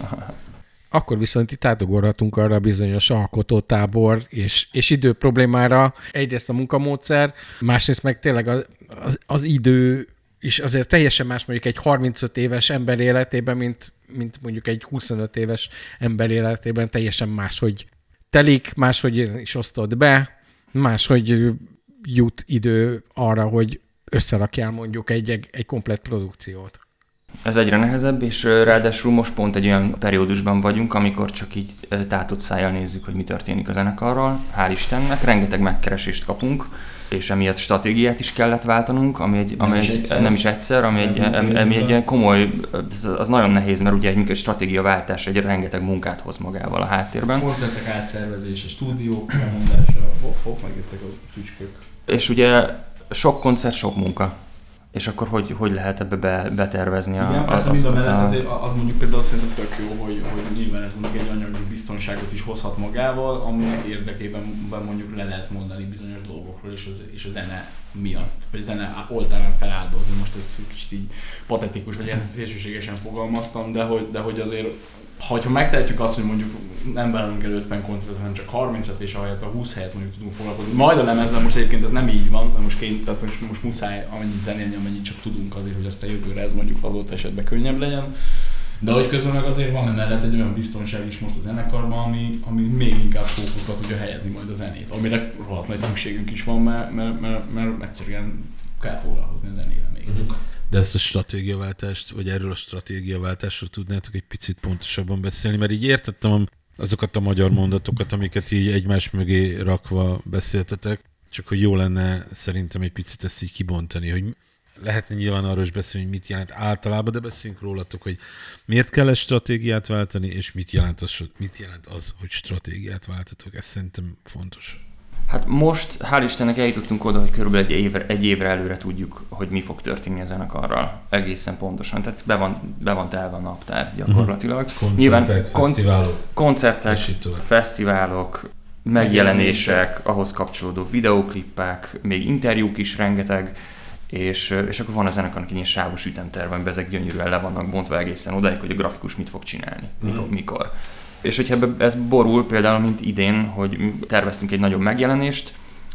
Akkor viszont itt átugorhatunk arra a bizonyos alkotótábor és, és idő problémára. Egyrészt a munkamódszer, másrészt meg tényleg az, az, az idő és azért teljesen más mondjuk egy harmincöt éves ember életében, mint, mint mondjuk egy huszonöt éves ember életében, teljesen máshogy telik, máshogy is osztod be, máshogy jut idő arra, hogy összerakjál mondjuk egy, egy, egy komplett produkciót. Ez egyre nehezebb, és ráadásul most pont egy olyan periódusban vagyunk, amikor csak így tátott szájjal nézzük, hogy mi történik a zenekarral. Hál' Istennek, rengeteg megkeresést kapunk, és emiatt stratégiát is kellett váltanunk, ami egy, ami nem, egy, is nem is egyszer, ami egy, ami egy ilyen komoly, az nagyon nehéz, mert ugye egy stratégiaváltás egy rengeteg munkát hoz magával a háttérben. Koncertek átszervezése, stúdiók lemondása, hopp, megjöttek a tücskök. És ugye sok koncert, sok munka. És akkor hogy, hogy lehet ebbe be, betervezni a, igen, az, az, azokat a... a... azért az mondjuk például szerintem tök jó, hogy, hogy nyilván ez mondjuk egy anyagi biztonságot is hozhat magával, aminek érdekében mondjuk le lehet mondani bizonyos dolgokról, és, az, és a zene miatt, vagy a zene oltárán feláldozni. Most ez kicsit így patetikus, vagy ilyen szélsőségesen fogalmaztam, de hogy, de hogy azért ha megtehetjük azt, hogy mondjuk nem vállalunk el ötven koncertet, hanem csak harmincat, és ahelyett a húsz helyet mondjuk tudunk foglalkozni. Majd a lemezzel most egyébként ez nem így van, mert most, kény, tehát most, most muszáj amennyit zenélni, amennyit csak tudunk azért, hogy aztán jövőre ez mondjuk adott esetben könnyebb legyen. De hogy közben meg azért van emellett egy olyan biztonság is most a zenekarban, ami, ami még inkább fókuszba tudja helyezni majd a zenét, amire rohadt nagy szükségünk is van, mert, mert, mert, mert egyszerűen kell foglalkozni a zenével még. Mm-hmm. De ezt a stratégiaváltást, vagy erről a stratégiaváltásról tudnátok egy picit pontosabban beszélni, mert így értettem azokat a magyar mondatokat, amiket így egymás mögé rakva beszéltetek, csak hogy jó lenne szerintem egy picit ezt így kibontani, hogy lehetne nyilván arról is beszélni, hogy mit jelent általában, de beszéljünk rólatok, hogy miért kell ezt stratégiát váltani, és mit jelent az, mit jelent az hogy stratégiát váltatok. Ez szerintem fontos. Hát most, hál' Istennek eljutottunk oda, hogy körülbelül egy évre, egy évre előre tudjuk, hogy mi fog történni a zenekarral. Egészen pontosan. Tehát be van, be van telve a naptár gyakorlatilag. Koncertek, Nyilván, kon- fesztiválok. Koncertek, fesztiválok, megjelenések, ahhoz kapcsolódó videóklippek, még interjúk is rengeteg, és, és akkor van a zenekarnak egy ilyen sávos ütemterv, amiben ezek gyönyörűen le vannak bontva egészen odáig, hogy a grafikus mit fog csinálni, mikor. Mm. mikor. És hogyha ez borul például, mint idén, hogy terveztünk egy nagyobb megjelenést,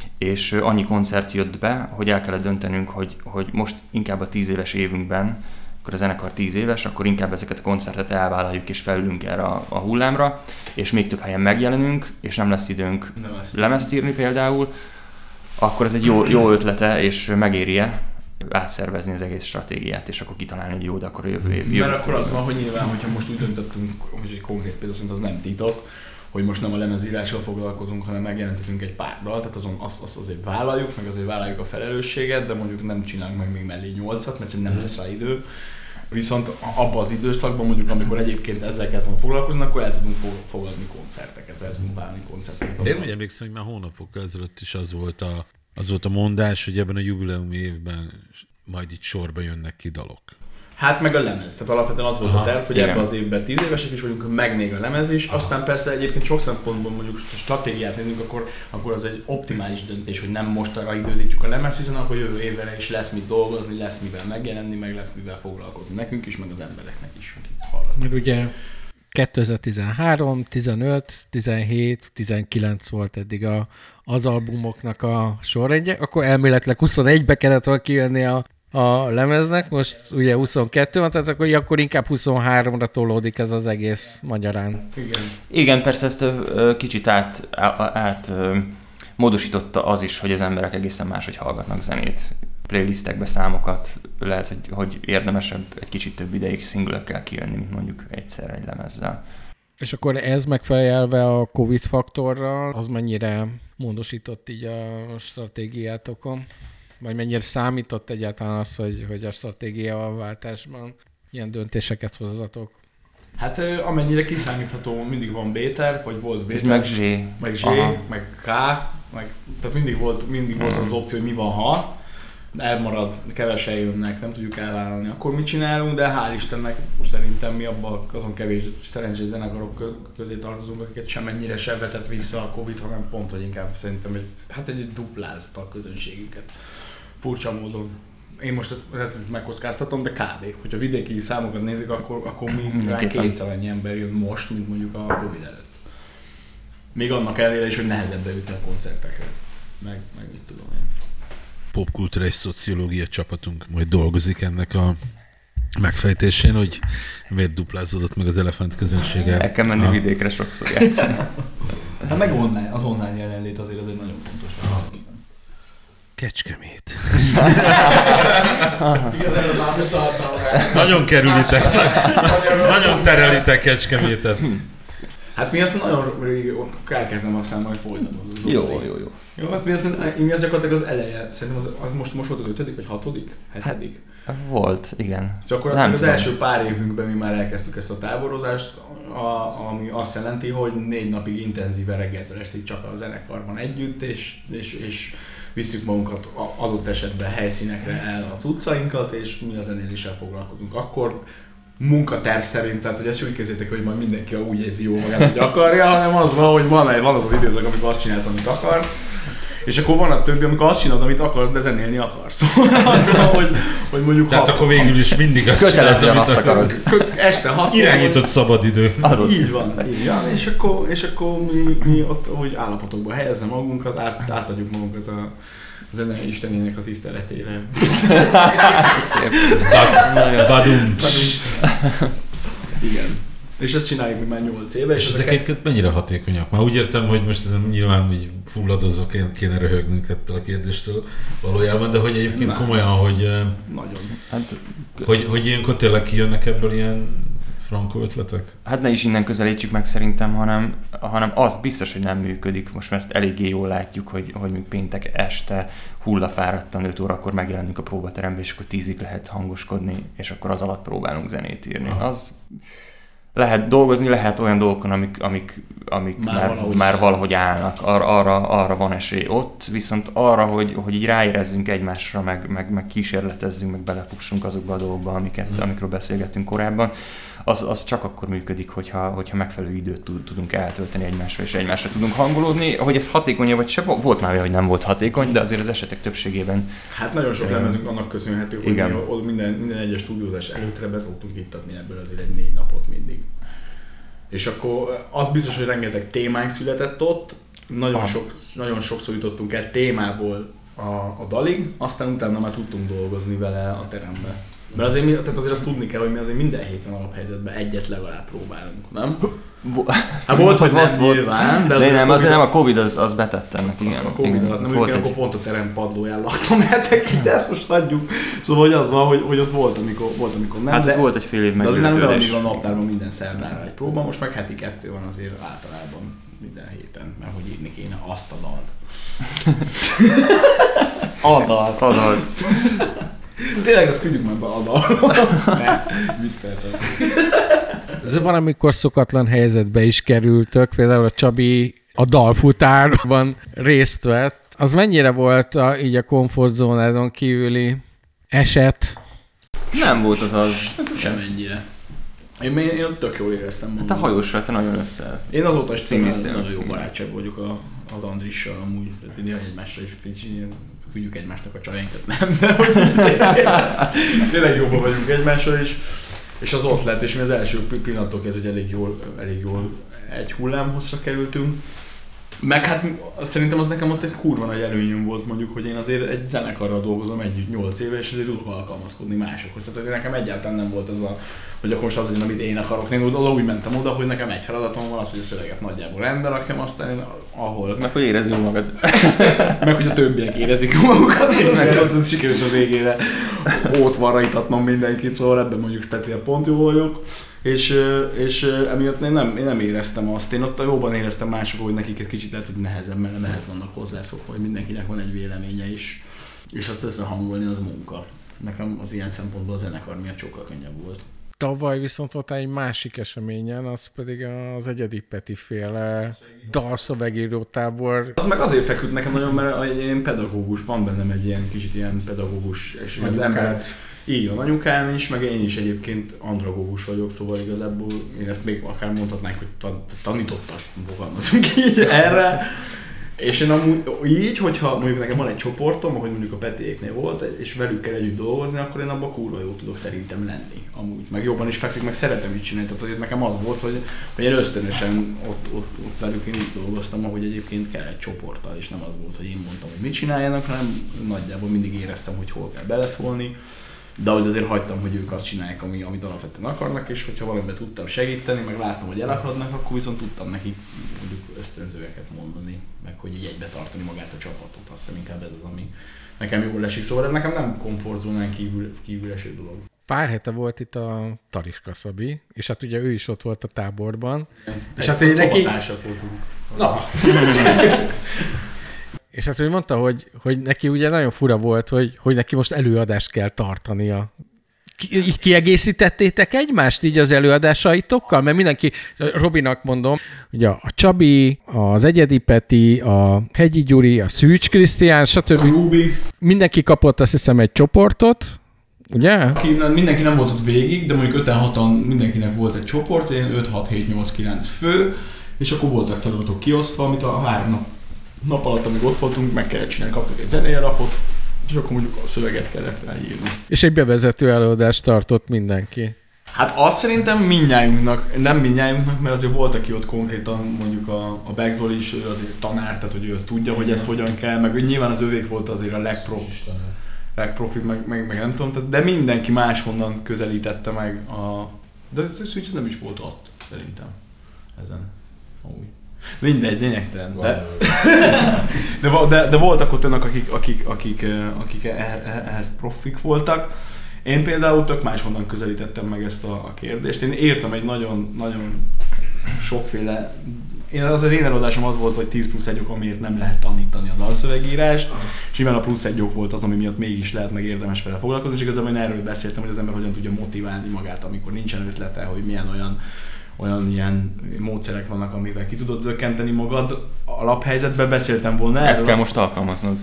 és annyi koncert jött be, hogy el kellett döntenünk, hogy, hogy most inkább a tíz éves évünkben, akkor a zenekar tíz éves, akkor inkább ezeket a koncertet elvállaljuk és felülünk erre a, a hullámra, és még több helyen megjelenünk, és nem lesz időnk lemezt írni például, akkor ez egy jó, jó ötlete, és megéri-e átszervezni az egész stratégiát, és akkor kitalálni, hogy jó, de akkor a jövő év. Mert akkor az van, hogy nyilván, hogyha most úgy döntöttünk, hogy egy konkrét példa szerint az nem titok, hogy most nem a lemezírással foglalkozunk, hanem megjelentetünk egy pár dalt, tehát azon azt, azt azért vállaljuk, meg azért vállaljuk a felelősséget, de mondjuk nem csinálunk meg még mellé nyolcat, mert szerintem nem lesz rá idő. Viszont abban az időszakban mondjuk, amikor egyébként ezzel kellett volna foglalkozni, akkor el tudunk fogadni koncerteket, el tudunk válni koncerteket. Én úgy emlékszem, hogy már hónapokkal ezelőtt is az volt a Az volt a mondás, hogy ebben a jubileumi évben majd itt sorba jönnek ki dalok. Hát meg a lemez. Tehát alapvetően az volt Aha, a terv, hogy ebben az évben tíz évesek is vagyunk, meg még a lemez is. Aha. Aztán persze egyébként sok szempontból mondjuk stratégiát nézünk, akkor, akkor az egy optimális döntés, hogy nem mostanra időzítjük a lemez, hiszen akkor jövő évre is lesz mit dolgozni, lesz mivel megjelenni, meg lesz mivel foglalkozni nekünk is, meg az embereknek is. Mert ugye kétezer-tizenhárom, tizenöt, tizenhét, tizenkilenc volt eddig a, az albumoknak a sorrendje, akkor elméletileg huszonegybe kellett volna kijönni a, a lemeznek, most ugye huszonkettő van, tehát akkor, akkor inkább huszonháromra tolódik ez az egész magyarán. Igen, Igen, persze ezt ö, kicsit át, át ö, módosította az is, hogy az emberek egészen máshogy hallgatnak zenét. Playlistekbe számokat lehet, hogy, hogy érdemesebb egy kicsit több ideig szingülökkel kijönni, mint mondjuk egyszer egy lemezzel. És akkor ez megfelelve a Covid faktorral, az mennyire módosított így a stratégiátokon? Vagy mennyire számított egyáltalán az, hogy, hogy a stratégiaváltásban ilyen döntéseket hozzatok? Hát amennyire kiszámítható, mindig van B-terv, vagy volt B-terv. Meg Z. Meg Z, Aha. meg K, meg, tehát mindig volt, mindig volt az, az opció, hogy mi van, ha elmarad, kevesen jönnek, nem tudjuk elvállalni, akkor mit csinálunk, de hál' Istennek szerintem mi abban azon kevés szerencsés zenekarok közé tartozunk, akiket semennyire se vetett vissza a Covid, hanem pont, hogy inkább szerintem egy, hát egy duplázta a közönségünket. Furcsa módon. Én most ezt megkockáztatom, de kb. Hogyha vidéki számokat nézik, akkor, akkor mi kétszer annyi ember jön most, mint mondjuk a Covid előtt. Még annak ellenére is, hogy nehezebb beütni a koncertekre. Meg, meg mit tudom én. Popkultúra és szociológia csapatunk majd dolgozik ennek a megfejtésén, hogy miért duplázódott meg az elefánt közönsége. El kell menni a... vidékre sokszor játszani. Hát meg online, az online jelenlét azért az egy nagyon fontos. Kecskemét. Igazán Nagyon kerülitek, nagyon terelitek Kecskemétet. Hát mi azt nagyon rég, elkezdem aztán majd folytatni. Jó, jó, jó. Jó, hát mi azt, mi azt gyakorlatilag az eleje, szerintem az, az most, most volt az ötödik, vagy hatodik? Hetedik? Hát, volt, igen. Szóval akkor az tudom. első pár évünkben mi már elkezdtük ezt a táborozást, a, ami azt jelenti, hogy négy napig intenzíven reggeltől estig csak a zenekar van együtt, és, és, és visszük magunkat adott esetben helyszínekre el a cuccainkat, és mi a zenéléssel foglalkozunk. Akkor munkaterv szerint, tehát hogy ezt úgy kezdjétek, hogy majd mindenki úgy érzi jó magát, hogy akarja, hanem az van, hogy van, van az az időszak, amikor azt csinálsz, amit akarsz, és akkor van a többi, amikor azt csinálod, amit akarsz, de zenélni akarsz. Az van, hogy, hogy mondjuk... Tehát hat, akkor végül is mindig azt csinálsz, amit azt akarod. Este hat. Irányított szabadidő. Így van, így van. És akkor, és akkor mi, mi ott úgy állapotokba helyezve magunkat, át, átadjuk magunkat a zene istenének az tiszteletére. Szép. Badunc. Igen. És ezt csináljuk mi már nyolc éve. És, és ezek egyébként mennyire hatékonyak? Már úgy értem, hogy most ezen nyilván így fulladozva kéne röhögnünk ettől a kérdéstől valójában, de hogy egyébként nem. Komolyan, hogy, nagyon. Hát, hogy, hogy ilyenkor tényleg kijönnek ebből ilyen frankó ötletek? Hát ne is innen közelítsük meg szerintem, hanem, hanem az biztos, hogy nem működik. Most ezt eléggé jól látjuk, hogy, hogy még péntek este hullafáradtan öt órakor megjelenünk a próbaterembe, és akkor tízig lehet hangoskodni, és akkor az alatt próbálunk zenét írni. Aha. Az lehet dolgozni, lehet olyan dolgokon, amik, amik, amik már, már, valahogy, már valahogy állnak. Ar, arra, arra van esély ott, viszont arra, hogy, hogy így ráérezzünk egymásra, meg, meg, meg kísérletezzünk, meg belefussunk azokba a dolgokba, amiket, hmm. amikről beszélgettünk korábban, az, az csak akkor működik, hogyha, hogyha megfelelő időt tudunk eltölteni egymásra, és egymásra tudunk hangolódni. Hogy ez hatékony vagy se, volt már olyan, hogy nem volt hatékony, de azért az esetek többségében... Hát nagyon sok lemezünk annak köszönhető, hogy igen. mi minden, minden egyes stúdiózás előttre be szoktunk ittatni ebből azért egy négy napot mindig. És akkor az biztos, hogy rengeteg témánk született ott, nagyon, sok, nagyon sokszor jutottunk el témából a, a dalig, aztán utána már tudtunk dolgozni vele a terembe. Mert azért, mi, tehát azért azt tudni kell, hogy mi azért minden héten alaphelyzetben egyet legalább próbálunk, nem? Hát volt, hogy nem nyilván, de, de nem, nem, azért nem a Covid az, az betett ennek, igen. A Covid igen, alatt nem volt, akkor pont a terem padlóján laktam, hetekig, de ezt most hagyjuk. Szóval hogy az van, hogy, hogy ott volt, amikor, volt, amikor nem. Hát de, volt egy fél év meggyőződés. De azért nem a naptárban minden szerdára egy próba, most meg heti kettő van azért általában minden héten, mert hogy írni kéne azt a dalt. A dalt. A dalt. Tényleg azt küldjük meg be a dalról. Ne, vicceltem. Van, amikor szokatlan helyzetbe is kerültök, például a Csabi a dalfutárban részt vett. Az mennyire volt a, így a komfortzónádon kívüli eset? Nem volt az az. Sem ennyire. Én, én, én tök jól éreztem magam. Hát a hajósra te nagyon össze. Én azóta is címiztél. nagyon jó barátság vagyok a, az Andrissal amúgy. Néha egymásra is küldjük egymásnak a csajainkat, nem? De tényleg jobban vagyunk egymással is. És az ott lett, és mi az első pillanattól kezdve, hogy elég jól, elég jól egy hullámhosszra kerültünk. Meg hát szerintem az nekem ott egy kurva nagy előnyöm volt mondjuk, hogy én azért egy zenekarral dolgozom együtt nyolc éve, és azért tudok alkalmazkodni másokhoz. Tehát nekem egyáltalán nem volt az a, hogy akkor most az legyen, amit én akarok. Én oda úgy mentem oda, hogy nekem egy feladatom van az, hogy a szöveget nagyjából rendbe rakjam, aztán én ahol... Meg hogy érezd jól magad. Meg hogy a többiek érezik jól magukat, meg ott az sikerült a végére ótvarra itatnom mindenkit, szóval ebben mondjuk speciál pont jó vagyok. És, és emiatt én nem, én nem éreztem azt. Én ott a jóban éreztem mások, hogy nekik egy kicsit lehet, hogy nehezebb, mert nehez vannak hozzászokva, hogy mindenkinek van egy véleménye is. És azt összehangolni az munka. Nekem az ilyen szempontból a zenekar miatt sokkal könnyebb volt. Tavaly viszont volt egy másik eseményen, az pedig az Egyedi Peti féle dalszövegíró tábor. Az meg azért feküdt nekem nagyon, mert én pedagógus, van bennem egy ilyen kicsit ilyen pedagógus, és az ember... Így van, anyukám is, meg én is egyébként andragógus vagyok, szóval igazából én ezt még akár mondhatnánk, hogy ta- tanítottak, fogalmazunk így erre. És én amúgy így, hogyha mondjuk nekem van egy csoportom, ahogy mondjuk a Petiéknél volt, és velük kell együtt dolgozni, akkor én abban kurva jó tudok szerintem lenni. Amúgy meg jobban is fekszik, meg szeretem így csinálni. Tehát nekem az volt, hogy, hogy én ösztönösen ott, ott, ott velük én így dolgoztam, ahogy egyébként kell egy csoporttal, és nem az volt, hogy én mondtam, hogy mit csináljanak, hanem nagyjából mindig éreztem, hogy hol kell beleszólni. De hogy azért hagytam, hogy ők azt csinálják, ami, amit alapvetően akarnak, és hogyha valamiben tudtam segíteni, meg láttam, hogy elakadnak, akkor viszont tudtam nekik mondjuk ösztönzőeket mondani, meg hogy így egybe tartani magát a csapatot. Azt hiszem inkább ez az, ami nekem jól esik. Szóval ez nekem nem komfortzónán kívül, kívül eső dolog. Pár hete volt itt a Tariska Szabi, és hát ugye ő is ott volt a táborban. És hát én neki... voltunk. Na! És hát ő mondta, hogy, hogy neki ugye nagyon fura volt, hogy, hogy neki most előadást kell tartania. Ki, így kiegészítettétek egymást így az előadásaitokkal? Mert mindenki, Robinak mondom, ugye a Csabi, az Egyedi Peti, a Hegyi Gyuri, a Szűcs Krisztián, stb. Rubi. Mindenki kapott azt hiszem egy csoportot, ugye? Aki, mindenki nem volt ott végig, de mondjuk öten hatan mindenkinek volt egy csoport, én öt hat hét nyolc kilenc fő, és akkor voltak feladatok kiosztva, amit a három nap nap alatt, amíg ott voltunk, meg kellett csinálni, kaptuk egy zenei alapot, és akkor mondjuk a szöveget kellett ráírni. És egy bevezető előadást tartott mindenki. Hát azt szerintem mindnyájunknak, nem mindnyájunknak, mert azért volt, aki ott konkrétan mondjuk a, a Begzol is, ő azért tanár, tehát hogy ő azt tudja, hogy ez hogyan kell, meg nyilván az övék volt azért a legprofi, legprofi meg, meg, meg nem tudom, de mindenki máshonnan közelítette meg a... De ez, ez nem is volt ott, szerintem, ezen. Úgy. Mindegy, lényegtelen. De, de, de, de voltak ott önök, akik, akik, akik, akik ehhez profik voltak. Én például tök máshonnan közelítettem meg ezt a, a kérdést. Én értem egy nagyon, nagyon sokféle... Én az én előadásom az volt, hogy tíz plusz egy ok, amiért nem lehet tanítani a dalszövegírást, és nyilván a plusz egy ok volt az, ami miatt mégis lehet meg érdemes vele foglalkozni, és igazából én erről beszéltem, hogy az ember hogyan tudja motiválni magát, amikor nincsen ötlete, hogy milyen olyan olyan ilyen módszerek vannak, amivel ki tudod zökkenteni magad. Alaphelyzetben beszéltem volna erről. Ezt kell most alkalmaznod.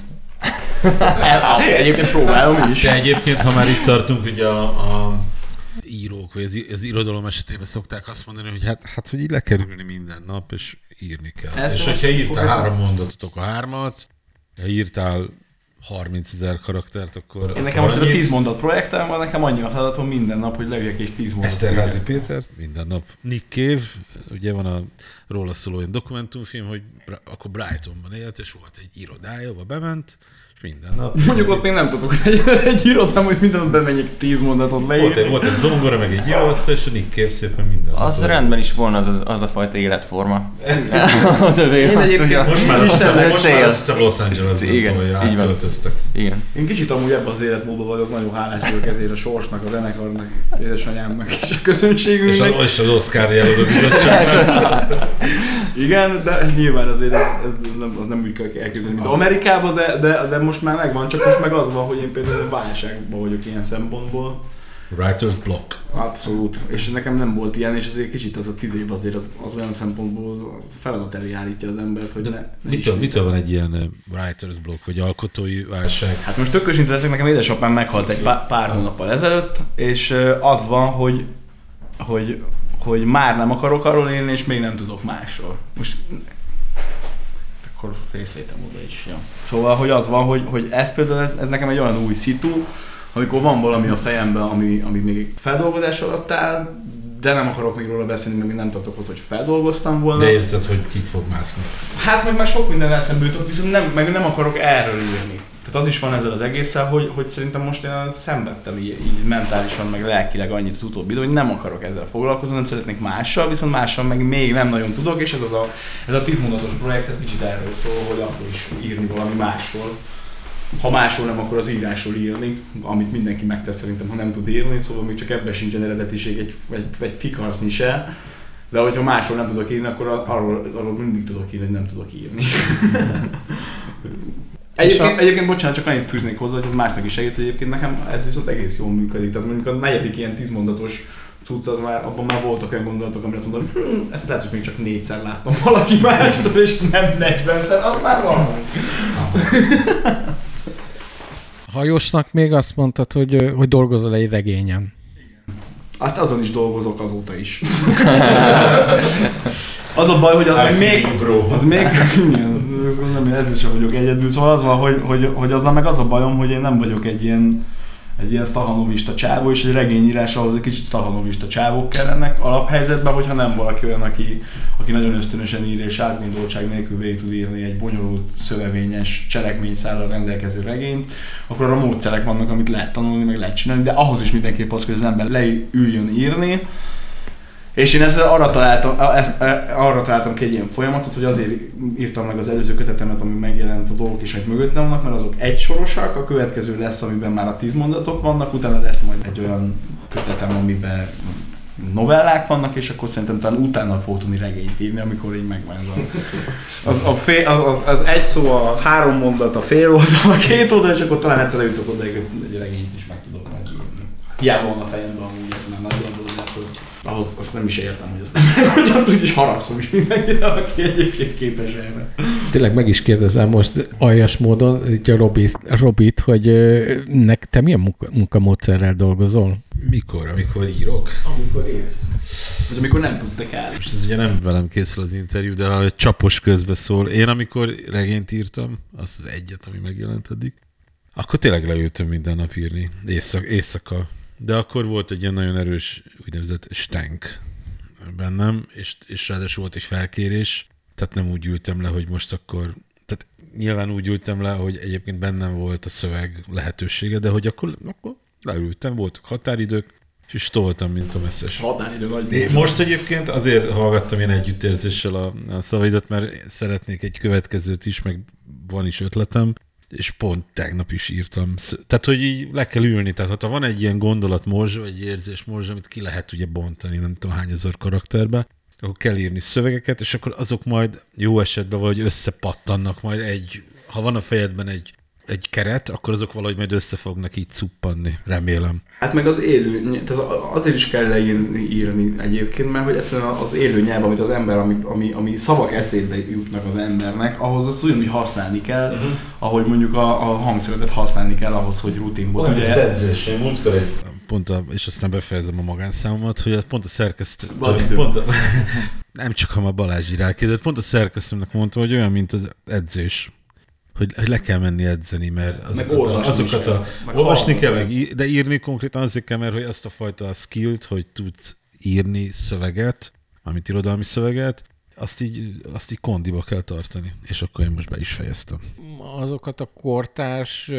Egyébként próbálom is. De egyébként, ha már itt tartunk, hogy a, a írók, vagy az, az irodalom esetében szokták azt mondani, hogy hát, hát hogy így le kell ülni minden nap, és írni kell. Ez és hogyha írtál három mondatot, akkor hármat, ha írtál harmincezer karaktert, akkor... Én nekem most a tíz mondat projektem van, nekem annyi a feladatom minden nap, hogy leüljek és tíz mondat. Eszterházy Péter, minden nap. Nick Cave, ugye van a róla szóló olyan dokumentumfilm, hogy akkor Brightonban élt, és volt egy irodája, ahol bement, és minden nap... Mondjuk ott még nem tudok, hogy egy, egy irodám, hogy minden nap bemenjek tíz mondatot leírni. Volt egy, volt egy zongora, meg egy íróasztal, és a Nick Cave szépen minden nap. Az rendben is volna az, az, az a fajta életforma. Az övé, azt tudja. Most már azt hiszem Los Angelesben átköltöztek. Igen. Én kicsit amúgy ebben az életmódban vagyok, nagyon hálás vagyok ezért a sorsnak, a zenekarnak, édesanyámnak és a közönségünknek. És az Oscar jelölő bizottságnak. Igen, de nyilván azért ez, ez, ez nem, az nem úgy kell elképzelni, mint Amerikában, de, de, de most már megvan, csak most meg az van, hogy én például válságban vagyok ilyen szempontból. Writer's block. Abszolút. És nekem nem volt ilyen, és azért kicsit az a tíz év azért az, az olyan szempontból feladat elé állítja az embert, hogy ne, ne mitől, mitől van egy ilyen writer's block, vagy alkotói válság? Hát most tök őszinte leszek, nekem édesapám meghalt egy pár, pár hónappal ezelőtt, és az van, hogy, hogy, hogy már nem akarok arról élni, és még nem tudok másról. Most akkor részvétem oda is. Ja. Szóval, hogy az van, hogy, hogy ez például, ez, ez nekem egy olyan új szitu, amikor van valami a fejemben, ami, ami még feldolgozás alatt áll, de nem akarok még róla beszélni, mert még nem tartok ott, hogy feldolgoztam volna. De érzed, hogy kik fog mászni. Hát meg már sok minden eszembe jutott, viszont nem, meg nem akarok erről írni. Tehát az is van ezzel az egésszel, hogy, hogy szerintem most én szenvedtem így, így mentálisan, meg lelkileg annyit az utóbbi idő, hogy nem akarok ezzel foglalkozni, nem szeretnék mással, viszont mással meg még nem nagyon tudok, és ez, az a, ez a tíz mondatos projekt, ez kicsit erről szól, hogy akkor is írni valami másról. Ha másról nem, akkor az írásról írni, amit mindenki megtesz szerintem, ha nem tud írni, szóval még csak ebben sincsen eredetiség egy, egy, egy fikarcnyi se. De hogyha másról nem tudok írni, akkor arról, arról mindig tudok írni, hogy nem tudok írni. Egyébként, a... egyébként, bocsánat, csak annyit fűznék hozzá, hogy ez másnak is segít, hogy egyébként nekem ez viszont egész jól működik. Tehát mondjuk a negyedik ilyen tízmondatos cucc, az már, abban már voltak olyan gondolatok, amire mondom, hm, ezt lehet, hogy még csak négyszer láttam valaki mástól, és nem negyvenszer, az már van. Hajosnak még azt mondtad, hogy, hogy dolgozol egy regényen. Hát azon is dolgozok azóta is. Az a baj, hogy az még, az még, igen, nem, ezzel sem vagyok egyedül, szóval az van, hogy, hogy, hogy azzal meg az a bajom, hogy én nem vagyok egy ilyen, egy ilyen szahanovista csávó, és egy regényírás ahhoz egy kicsit szahanovista csávók kellenek alaphelyzetben, hogyha nem valaki olyan, aki, aki nagyon ösztönösen ír és átgondoltság nélkül végig tud írni egy bonyolult, szövevényes cselekményszállal rendelkező regényt, akkor arra módszerek vannak, amit lehet tanulni, meg lehet csinálni, de ahhoz is mindenképp az, hogy az ember leüljön írni. És én ezzel arra találtam, arra találtam ki egy ilyen folyamatot, hogy azért írtam meg az előző kötetemet, ami megjelent a dolgok is, hogy mögöttem vannak, mert azok egysorosak, a következő lesz, amiben már a tíz mondatok vannak, utána lesz majd egy olyan kötetem, amiben novellák vannak, és akkor szerintem talán utána fogok tudni regényt írni, amikor így megvan ez a... Az, a fél, az, az egy szó, a három mondat, a fél oldal, a két oldal, és akkor talán egyszer jutok oda, hogy egy regényt is meg tudok majd írni. Hiába van a fejemben amúgy, ez már nagy gondolat, az, ahhoz azt nem is értem, hogy azt nem hogyan tudj, és haragszom is mindenkire, aki egyébként képes erre. Tényleg meg is kérdezem most aljas módon a Robit, Robit, hogy nek, te milyen munka, munkamódszerrel dolgozol? Mikor? Amikor írok? Amikor érsz. Vagy amikor nem tudsz, de kell. Most ez ugye nem velem készül az interjú, de ha egy csapos közbe szól. Én amikor regényt írtam, az az egyet, ami megjelent eddig, akkor tényleg leültem minden nap írni, éjszaka. éjszaka. De akkor volt egy ilyen nagyon erős úgynevezett stank bennem, és, és ráadásul volt egy felkérés, tehát nem úgy ültem le, hogy most akkor, tehát nyilván úgy ültem le, hogy egyébként bennem volt a szöveg lehetősége, de hogy akkor, akkor leültem, voltak határidők, és toltam, mint a messzes. Határidő nagy. Én most egyébként azért hallgattam ilyen együttérzéssel a, a szavaidat, mert szeretnék egy következőt is, meg van is ötletem, és pont tegnap is írtam. Tehát, hogy így le kell ülni. Tehát, ha van egy ilyen gondolatmorzs, vagy egy érzésmorzs, amit ki lehet ugye bontani, nem tudom hány ezer karakterbe, akkor kell írni szövegeket, és akkor azok majd jó esetben valahogy összepattannak majd egy, ha van a fejedben egy, egy keret, akkor azok valahogy majd össze fognak így cuppanni, remélem. Hát meg az élő, tehát azért is kell leírni írni egyébként, mert hogy egyszerűen az élő nyelv, amit az ember, ami, ami, ami szavak eszébe jutnak az embernek, ahhoz azt ugyanúgy használni kell, uh-huh. ahogy mondjuk a, a hangszeretet használni kell ahhoz, hogy rutinból. Olyan, ugye... az edzés, én múltkor egy pont a, és aztán befejezem a magánszámomat, hogy pont a szerkesztő... Pont a, nem csak ha ma Balázs irálkérdett, pont a szerkesztőmnek mondta, hogy olyan, mint az edzés. Hogy, hogy le kell menni edzeni, mert azokat a... Azokat a meg olvasni kell, meg, de írni konkrétan azért kell, mert hogy azt a fajta skillt, hogy tudsz írni szöveget, amit irodalmi szöveget, azt így, azt így kondiba kell tartani. És akkor én most be is fejeztem. Azokat a kortárs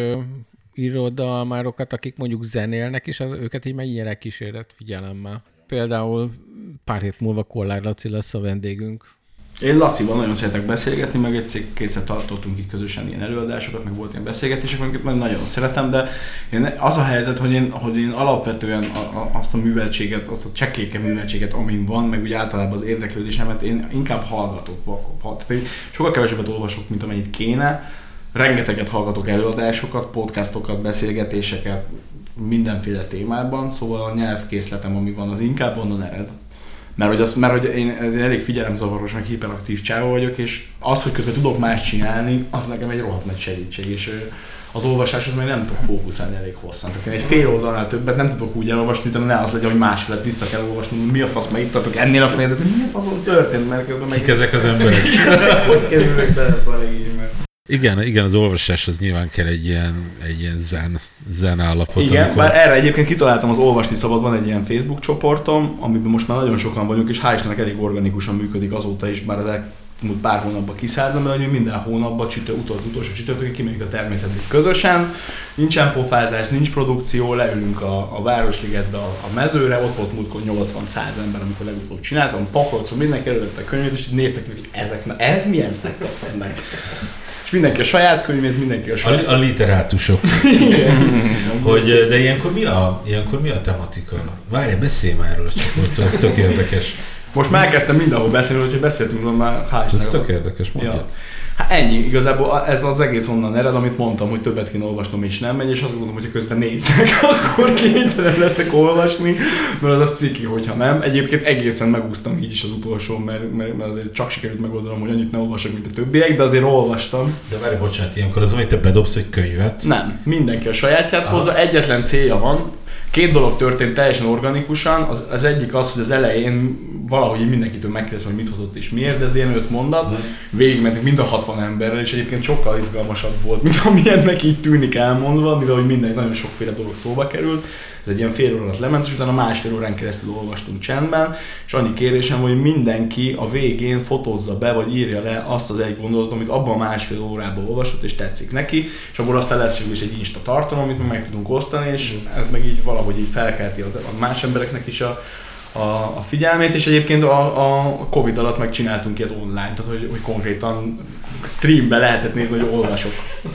irodalmárokat, akik mondjuk zenélnek, és az, őket így mennyire kísérlet figyelemmel. Például pár hét múlva Kollár Laci lesz a vendégünk. Én Lacival nagyon szeretek beszélgetni, meg egyszer-kétszer tartottunk így közösen ilyen előadásokat, meg volt ilyen beszélgetések, amiket meg nagyon szeretem, de én, az a helyzet, hogy én, hogy én alapvetően a, a, azt a műveltséget, azt a csekéke műveltséget, amin van, meg úgy általában az érdeklődésemet, én inkább hallgatok. Tehát sokkal kevesebbet olvasok, mint amennyit kéne. Rengeteget hallgatok előadásokat, podcastokat, beszélgetéseket, mindenféle témában, szóval a nyelvkészletem, ami van, az inkább onnan ered. Mert hogy, az, mert hogy én, én elég figyelemzavaros, meg hiperaktív csávó vagyok, és az, hogy közben tudok más csinálni, az nekem egy rohadt nagy segítség, és az olvasáshoz meg nem tudok fókuszálni elég hosszan. Tehát én egy fél oldalnál többet nem tudok úgy elolvasni, hogy ne az legyen, hogy másfelet vissza kell olvasni, mi a fasz, mert itt tartok ennél a fejezetnél, mi a faszon történt, mert közben meg... Kik ezek az emberek? Hogy kerülök bele ebbe a regénybe? Igen, igen, az olvasáshoz nyilván kell egy ilyen, egy ilyen zen, zen állapot. Igen, amikor... bár erre egyébként kitaláltam az Olvasni Szabad, van egy ilyen Facebook csoportom, amiben most már nagyon sokan vagyunk, és hál' Istennek elég organikusan működik azóta is, bár az elmúlt pár hónapban kiszálltam, mert hogy minden hónapban csütő, utol, utolsó csütörtökön kimegyünk a természetbe közösen, nincsen pofázás, nincs produkció, leülünk a, a Városligetbe, a, a mezőre, ott volt múltkor nyolcvan-száz ember, amikor legutóbb csináltam, pakolcom, mindenki előtte a könyvet, és néztek, hogy ezek, na ez milyen szektor, ez meg. És mindenki a saját könyvét, mindenki a saját... A, a literátusok. Hogy, de ilyenkor mi, a, ilyenkor mi a tematika? Várj, beszélj már erről a csoportról, ez tök érdekes. Most már elkezdtem mindenhol beszélni, úgyhogy beszéltünk róla már hál' Istennek. Ez tök érdekes, mondjad. Ja. Hát ennyi, igazából ez az egész onnan ered, amit mondtam, hogy többet kéne olvasnom és nem megy, és azt gondolom, hogy közben néznek, akkor kénytelen leszek olvasni, mert az a ciki, hogyha nem. Egyébként egészen megúsztam így is az utolsó, mert, mert, mert azért csak sikerült megoldanom, hogy annyit ne olvasok, mint a többiek, de azért olvastam. De várj, bocsánat, ilyenkor az, hogy te bedobsz egy könyvet? Nem, mindenki a sajátját hozza, egyetlen célja van. Két dolog történt teljesen organikusan, az, az egyik az, hogy az elején valahogy mindenkitől megkérdeztem, hogy mit hozott és miért, de ez ilyen öt mondat, végigmentünk mind a hatvan emberrel, és egyébként sokkal izgalmasabb volt, mint amilyennek így tűnik elmondva, mivel hogy minden nagyon sokféle dolog szóba került. Ez egy ilyen fél órát lement, és utána másfél órán keresztül olvastunk csendben, és annyi kérésem, hogy mindenki a végén fotózza be, vagy írja le azt az egy gondolatot, amit abban a másfél órában olvasott, és tetszik neki, és abból aztán lesz is egy Insta tartalom, amit meg tudunk osztani, és ez meg így valahogy így felkelti az, a más embereknek is a, a, a figyelmét, és egyébként a, a Covid alatt meg csináltunk ilyet online, tehát hogy, hogy konkrétan streambe lehetett nézni, hogy olvasok.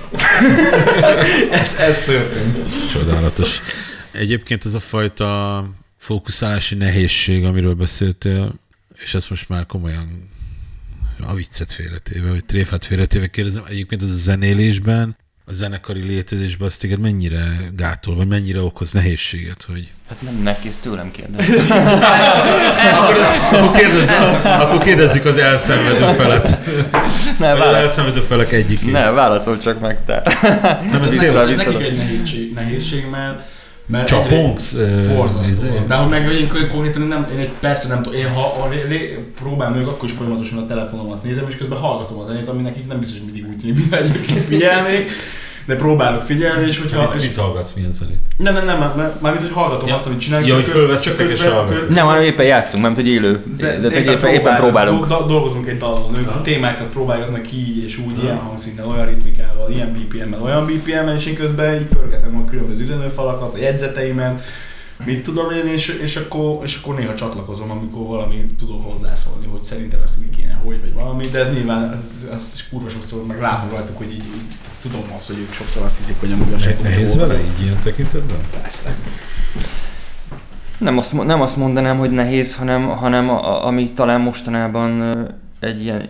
ez, ez történt. Csodálatos. Egyébként ez a fajta fókuszálási nehézség, amiről beszéltél, és ezt most már komolyan a viccet félretéve, vagy tréfát félretéve kérdezem, egyébként ez a zenélésben, a zenekari létezésben azt téged mennyire gátol, vagy mennyire okoz nehézséget, hogy... Hát nem nehéz tőlem kérdezni. akkor, kérdezzük, akkor kérdezzük az elszenvedő felet. Ne, az elszenvedő felek egyikét. Ne, válaszol csak meg te. Nem, ez vissza, vissza, nekik egy nehézség, nehézség mert Mert Csapongsz? Borzasztó. De hogy meg én konkrétan nem, én egy percre nem tudom, én ha a ré, próbálom ők, akkor is folyamatosan a telefonomat nézem, és közben hallgatom a zenét, ami nekik nem biztos, hogy mindig úgy tűnik, mire egyébként figyelnék, de próbálok figyelni, és hogyha... Mit, mit hallgatsz, milyen zenét? Nem, nem, nem, már, mármint, hogy hallgatom ja. azt, amit csináljuk. Ja, hogy fölvesztek és hallgatok. Nem, hanem éppen játszunk, mert hogy élő. De, de éppen, éppen próbálunk. Do, dolgozunk egy dalon, ők a témákat próbálgatnak így és úgy, ilyen hangszínnel, olyan ritmikával, ilyen bé pé em-mel, olyan bé pé em-mel, és én közben így pörgetem a különböző üzenőfalakat, a jegyzeteimet, mit tudom én, és, és, akkor, és akkor néha csatlakozom, amikor valami tudok hozzászólni, hogy szerintem ezt mi kéne, hogy vagy valami, de ez nyilván, ez, ez is kurva sokszor, meg látom rajtuk, hogy így, így tudom azt, hogy ők sokszor azt hiszik, hogy amúgy a ne, nehéz vele így ilyen tekintetben? Persze. Nem azt, nem azt mondanám, hogy nehéz, hanem, hanem a, ami talán mostanában egy ilyen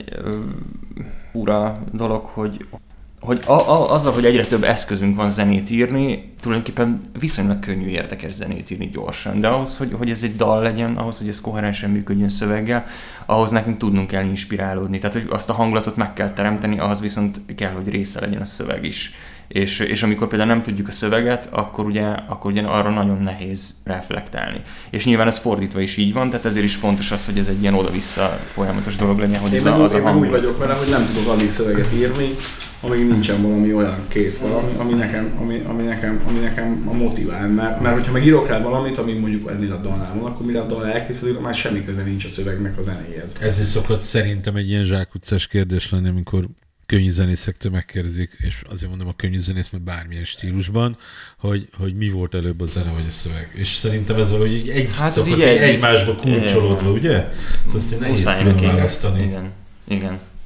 fura dolog, hogy hogy a, a, azzal, hogy egyre több eszközünk van zenét írni, tulajdonképpen viszonylag könnyű érdekes zenét írni gyorsan. De ahhoz, hogy, hogy ez egy dal legyen, ahhoz, hogy ez koherensen működjön szöveggel, ahhoz nekünk tudnunk kell inspirálódni. Tehát, hogy azt a hangulatot meg kell teremteni, ahhoz viszont kell, hogy része legyen a szöveg is. És, és amikor például nem tudjuk a szöveget, akkor ugye, akkor ugye arra nagyon nehéz reflektálni. És nyilván ez fordítva is így van, tehát ezért is fontos az, hogy ez egy ilyen oda-vissza folyamatos dolog legyen, hogy ez én a, az én a hangulat. Én úgy vagyok vele, hogy nem tudok addig szöveget írni, amíg nincsen valami olyan kész valami, ami nekem, ami, ami nekem, ami nekem a motivál. Mert, mert hogyha megírok rá valamit, ami mondjuk ennél a dalnál van, akkor mire a dal elkészül, már semmi köze nincs a szövegnek a zenéhez. Ezért szokott szerintem egy ilyen zsákutcás kérdés lenni, amikor könnyű zenészektől megkérdezik, és azért mondom a könnyű zenész, mert bármilyen stílusban, hogy, hogy mi volt előbb a zene vagy a szöveg. És szerintem ez valahogy egy, egy hát szokott egy, egymásba kulcsolódva, ugye? Szóval azt én nehéz külön választani. Igen, igen.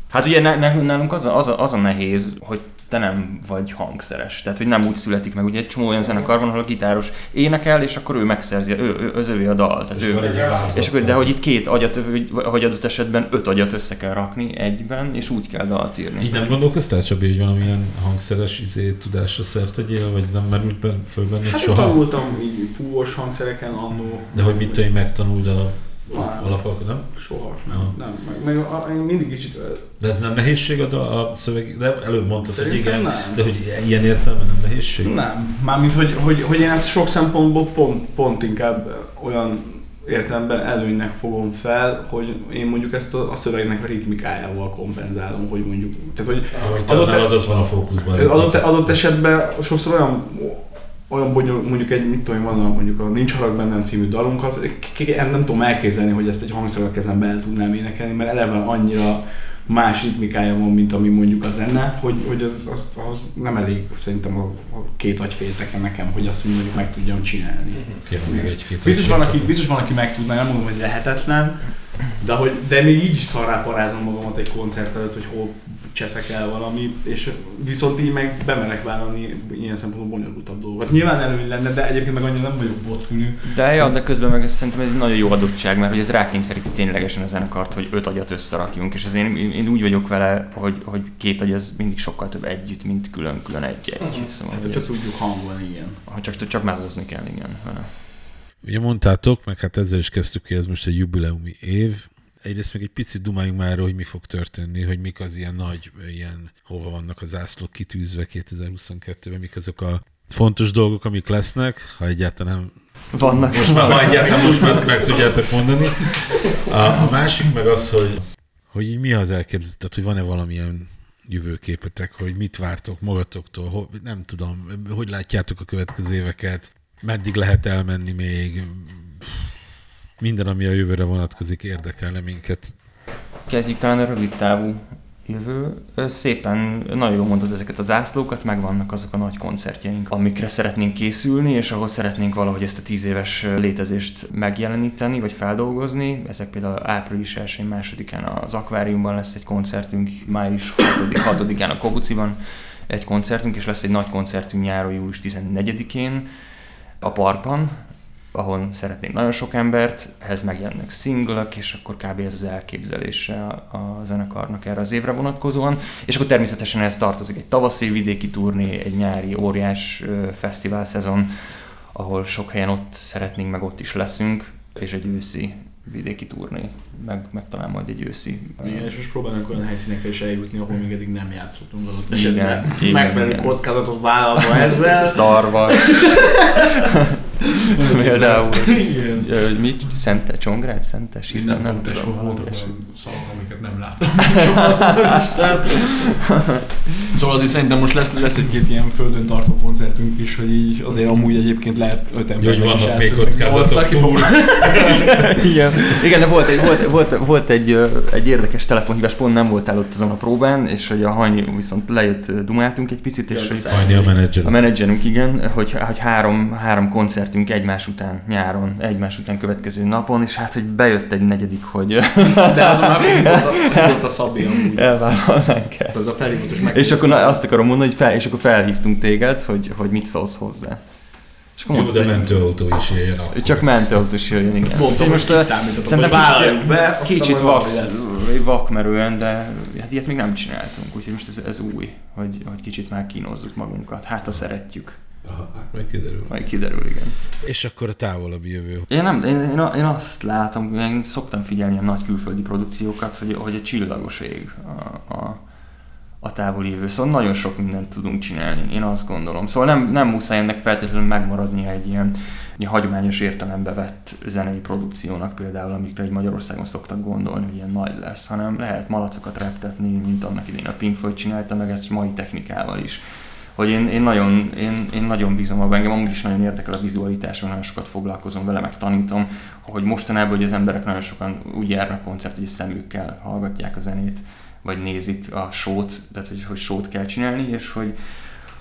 Hát ugye nálunk az a, az, a, az a nehéz, hogy te nem vagy hangszeres. Tehát, hogy nem úgy születik meg. Ugye egy csomó olyan zenekar van, ahol a gitáros énekel, és akkor ő megszerzi, ő, ő, az övé a dal. Tehát és, ő, és akkor, de hogy itt két agyat, vagy adott esetben öt agyat össze kell rakni egyben, és úgy kell dalt írni. Így nem gondolkoztál, Csabi, hogy valamilyen hangszeres izé, tudásra szert tegyél, vagy nem merült ben, föl benned hát soha? Hát tanultam így fúvós hangszereken annó. De hogy mit tudom, megtanuld a alapokat, nem? Soha, nem. No. nem. Meg, meg a, én mindig kicsit... De ez nem nehézség a, a szöveg? De előbb mondtad, Szerintem hogy igen, nem. De hogy ilyen értelemben nem nehézség? Nem. Mármint, hogy, hogy, hogy én ezt sok szempontból pont, pont inkább olyan értelemben előnynek fogom fel, hogy én mondjuk ezt a, a szövegnek a ritmikájával kompenzálom, hogy mondjuk... Tehát, hogy ahogy te nálad az van a fókuszban. Adott, adott esetben sokszor olyan olyan bonyolult, mondjuk egy, mit tudom, van a, mondjuk a Nincs harag bennem című dalunkat, nem, nem tudom elképzelni, hogy ezt egy hangszerrel kezembe el tudnám énekelni, mert eleve annyira más ritmikája van, mint ami mondjuk a zene, hogy, hogy az, az, az nem elég szerintem a, a két agyfélteken nekem, hogy azt mondjuk meg tudjam csinálni. Kérem, egy-két biztos, van, aki, biztos van, aki meg tudná, nem mondom, hogy lehetetlen, de, hogy, de még így is szarrá parázom magamat egy koncert előtt, hogy hol cseszek el valamit, és viszont így meg bemerek vállalni ilyen szempontból bonyolultabb dolgokat. Nyilván előny lenne, de egyébként meg annyira nem vagyok botfülű. De ja, de közben meg ez szerintem ez egy nagyon jó adottság, mert hogy ez rákényszeríti ténylegesen a zenekart, hogy öt agyat összerakjunk, és az én, én úgy vagyok vele, hogy, hogy két agy az mindig sokkal több együtt, mint külön-külön egy-egy. Uh-huh. Szóval, hát, hogyha tudjuk hangolni, igen. Ha csak, csak melózni kell, igen. Ugye mondtátok, meg hát ezzel is kezdtük ki, ez most egy jubileumi év. Egyrészt még egy picit dumáljunk már, hogy mi fog történni, hogy mik az ilyen nagy, ilyen, hova vannak a zászlók kitűzve kétezer-huszonkettőben, mik azok a fontos dolgok, amik lesznek, ha egyáltalán vannak. Most már, ha egyáltalán most már meg tudjátok mondani. A, a másik meg az, hogy, hogy így mi az elképzelés, tehát hogy van-e valamilyen jövőképetek, hogy mit vártok magatoktól, ho, nem tudom, hogy látjátok a következő éveket, meddig lehet elmenni még, minden, ami a jövőre vonatkozik, érdekelne minket. Kezdjük talán a rövid távú jövő. Szépen, nagyon jól mondod ezeket az zászlókat, megvannak azok a nagy koncertjeink, amikre szeretnénk készülni, és ahol szeretnénk valahogy ezt a tíz éves létezést megjeleníteni, vagy feldolgozni. Ezek például április elsején, másodikán az Akváriumban lesz egy koncertünk, május hatodikán a Koguciban egy koncertünk, és lesz egy nagy koncertünk nyáron, július tizennegyedikén a Parkban, ahol szeretnénk nagyon sok embert, ehhez megjelennek singlek, és akkor kb. Ez az elképzelése a zenekarnak erre az évre vonatkozóan. És akkor természetesen ehhez tartozik egy tavaszi vidéki turné, egy nyári óriás fesztivál szezon, ahol sok helyen ott szeretnénk, meg ott is leszünk, és egy őszi vidéki turné, meg, meg talán majd egy őszi. Igen, és most próbálunk olyan helyszínekre is eljutni, ahol még eddig nem játszottunk adott esetben. Megfelelő kockázatot vállalva ezzel. Szarva. Például, mit? Szente, Csongrád, Szentes, nem, nem tudom. Voltak olyan szavak, amiket nem láttam. Szóval azért szerintem most lesz, lesz egy-két ilyen földön tartó koncertünk is, hogy így azért amúgy egyébként lehet öt ember. Hogy vannak még kockázatok túl. Igen. Igen, de volt egy, volt, volt, volt egy, egy érdekes telefonhívás, pont nem voltál ott azon a próbán, és hogy a Hanyi viszont lejött, dumáltunk egy picit, és hogy Hanyi a menedzser. A menedzserünk, igen, hogy, hogy három, három koncertünk egymás után nyáron, egymás után következő napon, és hát, hogy bejött egy negyedik, hogy... De azon már volt a Szabi amúgy. Elvállalnánk el. Az a felhívott, és És akkor azt akarom mondani, hogy fel, és akkor felhívtunk téged, hogy, hogy mit szólsz hozzá. És akkor mondtad, de mentőautó is jöjjön akkor. Csak mentőautó is jöjjön, igen. Mondtam, most szerintem kicsit, be, kicsit vaksz, vakmerően, de hát ilyet még nem csináltunk, úgyhogy most ez, ez új, hogy, hogy kicsit már kínozzuk magunkat. Hát, ha szeretjük. Aha, hát majd kiderül. Majd kiderül, igen. És akkor a távolabbi jövő. Én, nem, én, én, én azt látom, én szoktam figyelni a nagy külföldi produkciókat, hogy, hogy a csillagos ég a, a, a távoli jövő. Szóval nagyon sok mindent tudunk csinálni, én azt gondolom. Szóval nem, nem muszáj ennek feltétlenül megmaradnia egy ilyen, ilyen hagyományos értelembe vett zenei produkciónak például, amikre egy Magyarországon szoktak gondolni, hogy ilyen nagy lesz, hanem lehet malacokat reptetni, mint annak idején a Pink Floyd csinálta, meg ezt mai technikával is. Hogy én, én, nagyon, én, én nagyon bízom abban, engem amúgy is nagyon érdekel a vizualitás, mert nagyon sokat foglalkozom vele, meg tanítom, hogy mostanában hogy az emberek nagyon sokan úgy járnak koncert, hogy a szemükkel hallgatják a zenét, vagy nézik a show-t, tehát hogy, hogy show-t kell csinálni, és hogy,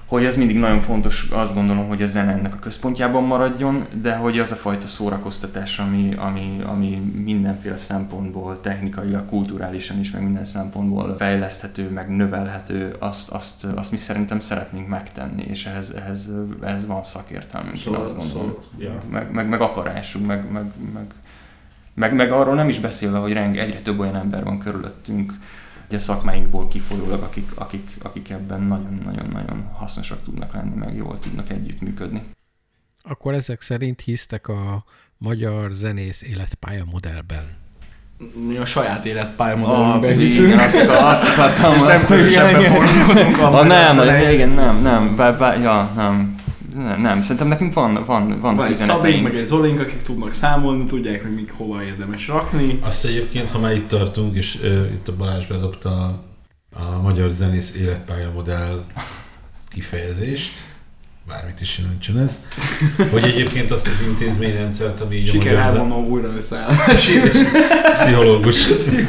hogy ez mindig nagyon fontos, azt gondolom, hogy a zene ennek a központjában maradjon, de hogy az a fajta szórakoztatás, ami, ami, ami mindenféle szempontból, technikailag, kulturálisan is, meg minden szempontból fejleszthető, meg növelhető, azt, azt, azt mi szerintem szeretnénk megtenni, és ehhez, ehhez, ehhez van szakértelmünk, szóval, azt gondolom. Szóval, ja. meg, meg, meg akarásunk, meg, meg, meg, meg, meg arról nem is beszélve, hogy reng, egyre több olyan ember van körülöttünk, ugye szakmáinkból kifolyólag, akik, akik, akik ebben nagyon-nagyon-nagyon hasznosak tudnak lenni, meg jól tudnak együttműködni. Akkor ezek szerint hisztek a magyar zenész életpálya modellben? Mi a saját életpályamodellünkben ah, hiszünk. Igen, azt, akar, azt akartam. És nem különösebben fordulkodunk a nem, igen, nem, nem, bár, bár, ja, nem. Nem, nem, szerintem nekünk van, van, van, van egy üzeneteink. Szabénk, meg egy Zolink, akik tudnak számolni, tudják, hogy mik hova érdemes rakni. Azt egyébként, ha már itt tartunk, és uh, itt a Balázs bedobta a, a magyar zenész életpálya modell kifejezést, bármit is jelentsen ez, hogy egyébként azt az intézményrendszert, ami így Siker a magyar elmondom újra összeállás. Pszichológus.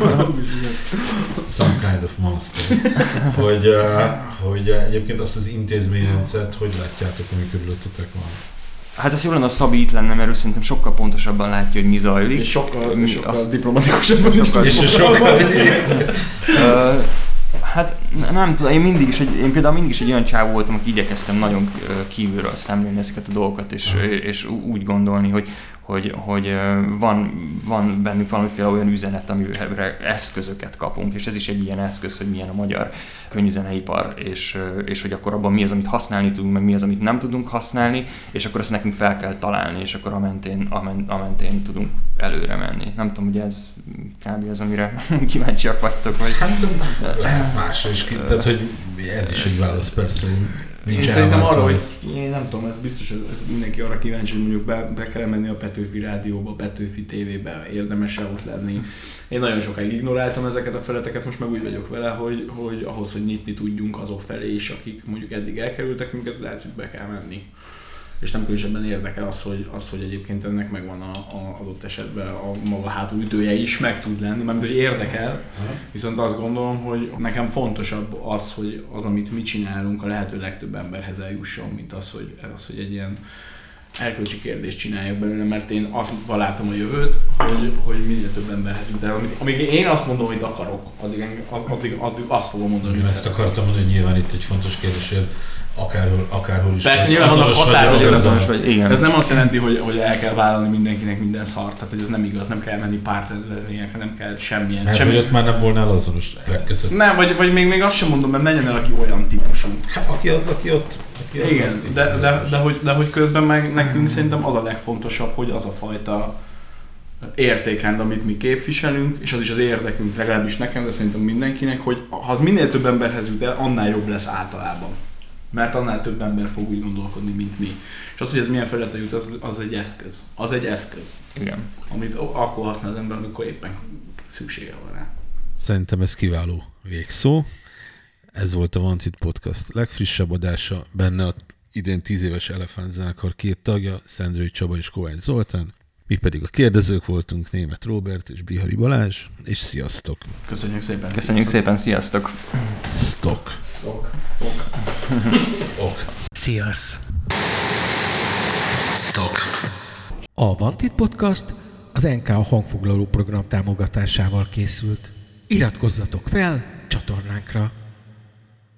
Some kind of monster. Hogy, uh, hogy egyébként azt az intézményrendszert hogy látjátok, ami körülöttetek van? Hát ez jó lenne, a Szabi itt lenne, mert ő szerintem sokkal pontosabban látja, hogy mi zajlik. És sokkal, mi, sokkal azt, diplomatikusabban is és sokkal. Hát nem tudom, én mindig is, egy, én például mindig is egy olyan csávó voltam, aki igyekeztem nagyon kívülről szemlélni ezeket a dolgokat, és, és úgy gondolni, hogy, hogy, hogy van, van bennünk valamiféle olyan üzenet, amire eszközöket kapunk, és ez is egy ilyen eszköz, hogy milyen a magyar könnyűzeneipar, és, és hogy akkor abban mi az, amit használni tudunk, meg mi az, amit nem tudunk használni, és akkor ezt nekünk fel kell találni, és akkor amentén, amentén tudunk előre menni. Nem tudom, hogy ez kb. Az, amire kíváncsiak vagytok, vagy... Hát másra is ki, tehát hogy ez is egy válasz persze. Én szerintem arra, hogy én nem tudom, ez biztos, ez mindenki arra kíváncsi, hogy mondjuk be, be kell menni a Petőfi Rádióba, Petőfi tévébe, érdemes-e ott lenni. Én nagyon sokáig ignoráltam ezeket a feleteket, most meg úgy vagyok vele, hogy, hogy ahhoz, hogy nyitni tudjunk azok felé is, akik mondjuk eddig elkerültek minket, lehet, hogy be kell menni. És nem különösebben érdekel az, hogy, az, hogy egyébként ennek megvan a, a adott esetben a maga hátulütője is meg tud lenni, mert hogy érdekel, viszont azt gondolom, hogy nekem fontosabb az, hogy az, amit mi csinálunk, a lehető legtöbb emberhez eljusson, mint az, hogy, az, hogy egy ilyen erkölcsi kérdést csináljak belőle, mert én azt látom a jövőt, hogy, hogy minél több emberhez jut el. Amíg én azt mondom, hogy akarok, addig, addig, addig azt fogom mondani, hogy ezt akartam mondani, hogy nyilván itt egy fontos kérdés, akárhol, akárhol is. Persze nyilván vannak határok, azonos vagy, igen. Ez nem azt jelenti, hogy, hogy el kell vállalni mindenkinek minden szart, tehát hogy ez nem igaz, nem kell menni pártrendezvényekre, nem kell semmilyen. Mert semmi... hogy ott már nem volnál azonos legközelebb. Nem, vagy, vagy még, még azt sem mondom, mert menjen el, aki olyan típusú. Hát aki, aki ott. Aki igen, ott, de, de, de, de, hogy, de hogy közben meg nekünk szerintem az a legfontosabb, hogy az a fajta értékrend, amit mi képviselünk, és az is az érdekünk, legalábbis nekem, de szerintem mindenkinek, hogy ha az minél több emberhez jut el, annál jobb lesz általában. Mert annál több ember fog úgy gondolkodni, mint mi. És az, hogy ez milyen felületre jut, az, az egy eszköz. Az egy eszköz. Igen. Amit akkor használ az ember, amikor éppen szüksége van rá. Szerintem ez kiváló végszó. Ez volt a Vancit Podcast legfrissebb adása. Benne a idén tíz éves Elefánt zenekar két tagja, Szendrői Csaba és Kovács Zoltán. Mi pedig a kérdezők voltunk, Németh Róbert és Bihari Balázs, és sziasztok! Köszönjük szépen! Köszönjük szépen, sziasztok! Stock! Stock! Stock! Ok! Sziasz! Stock! A Vantit Podcast az en ká hangfoglaló program támogatásával készült. Iratkozzatok fel csatornánkra!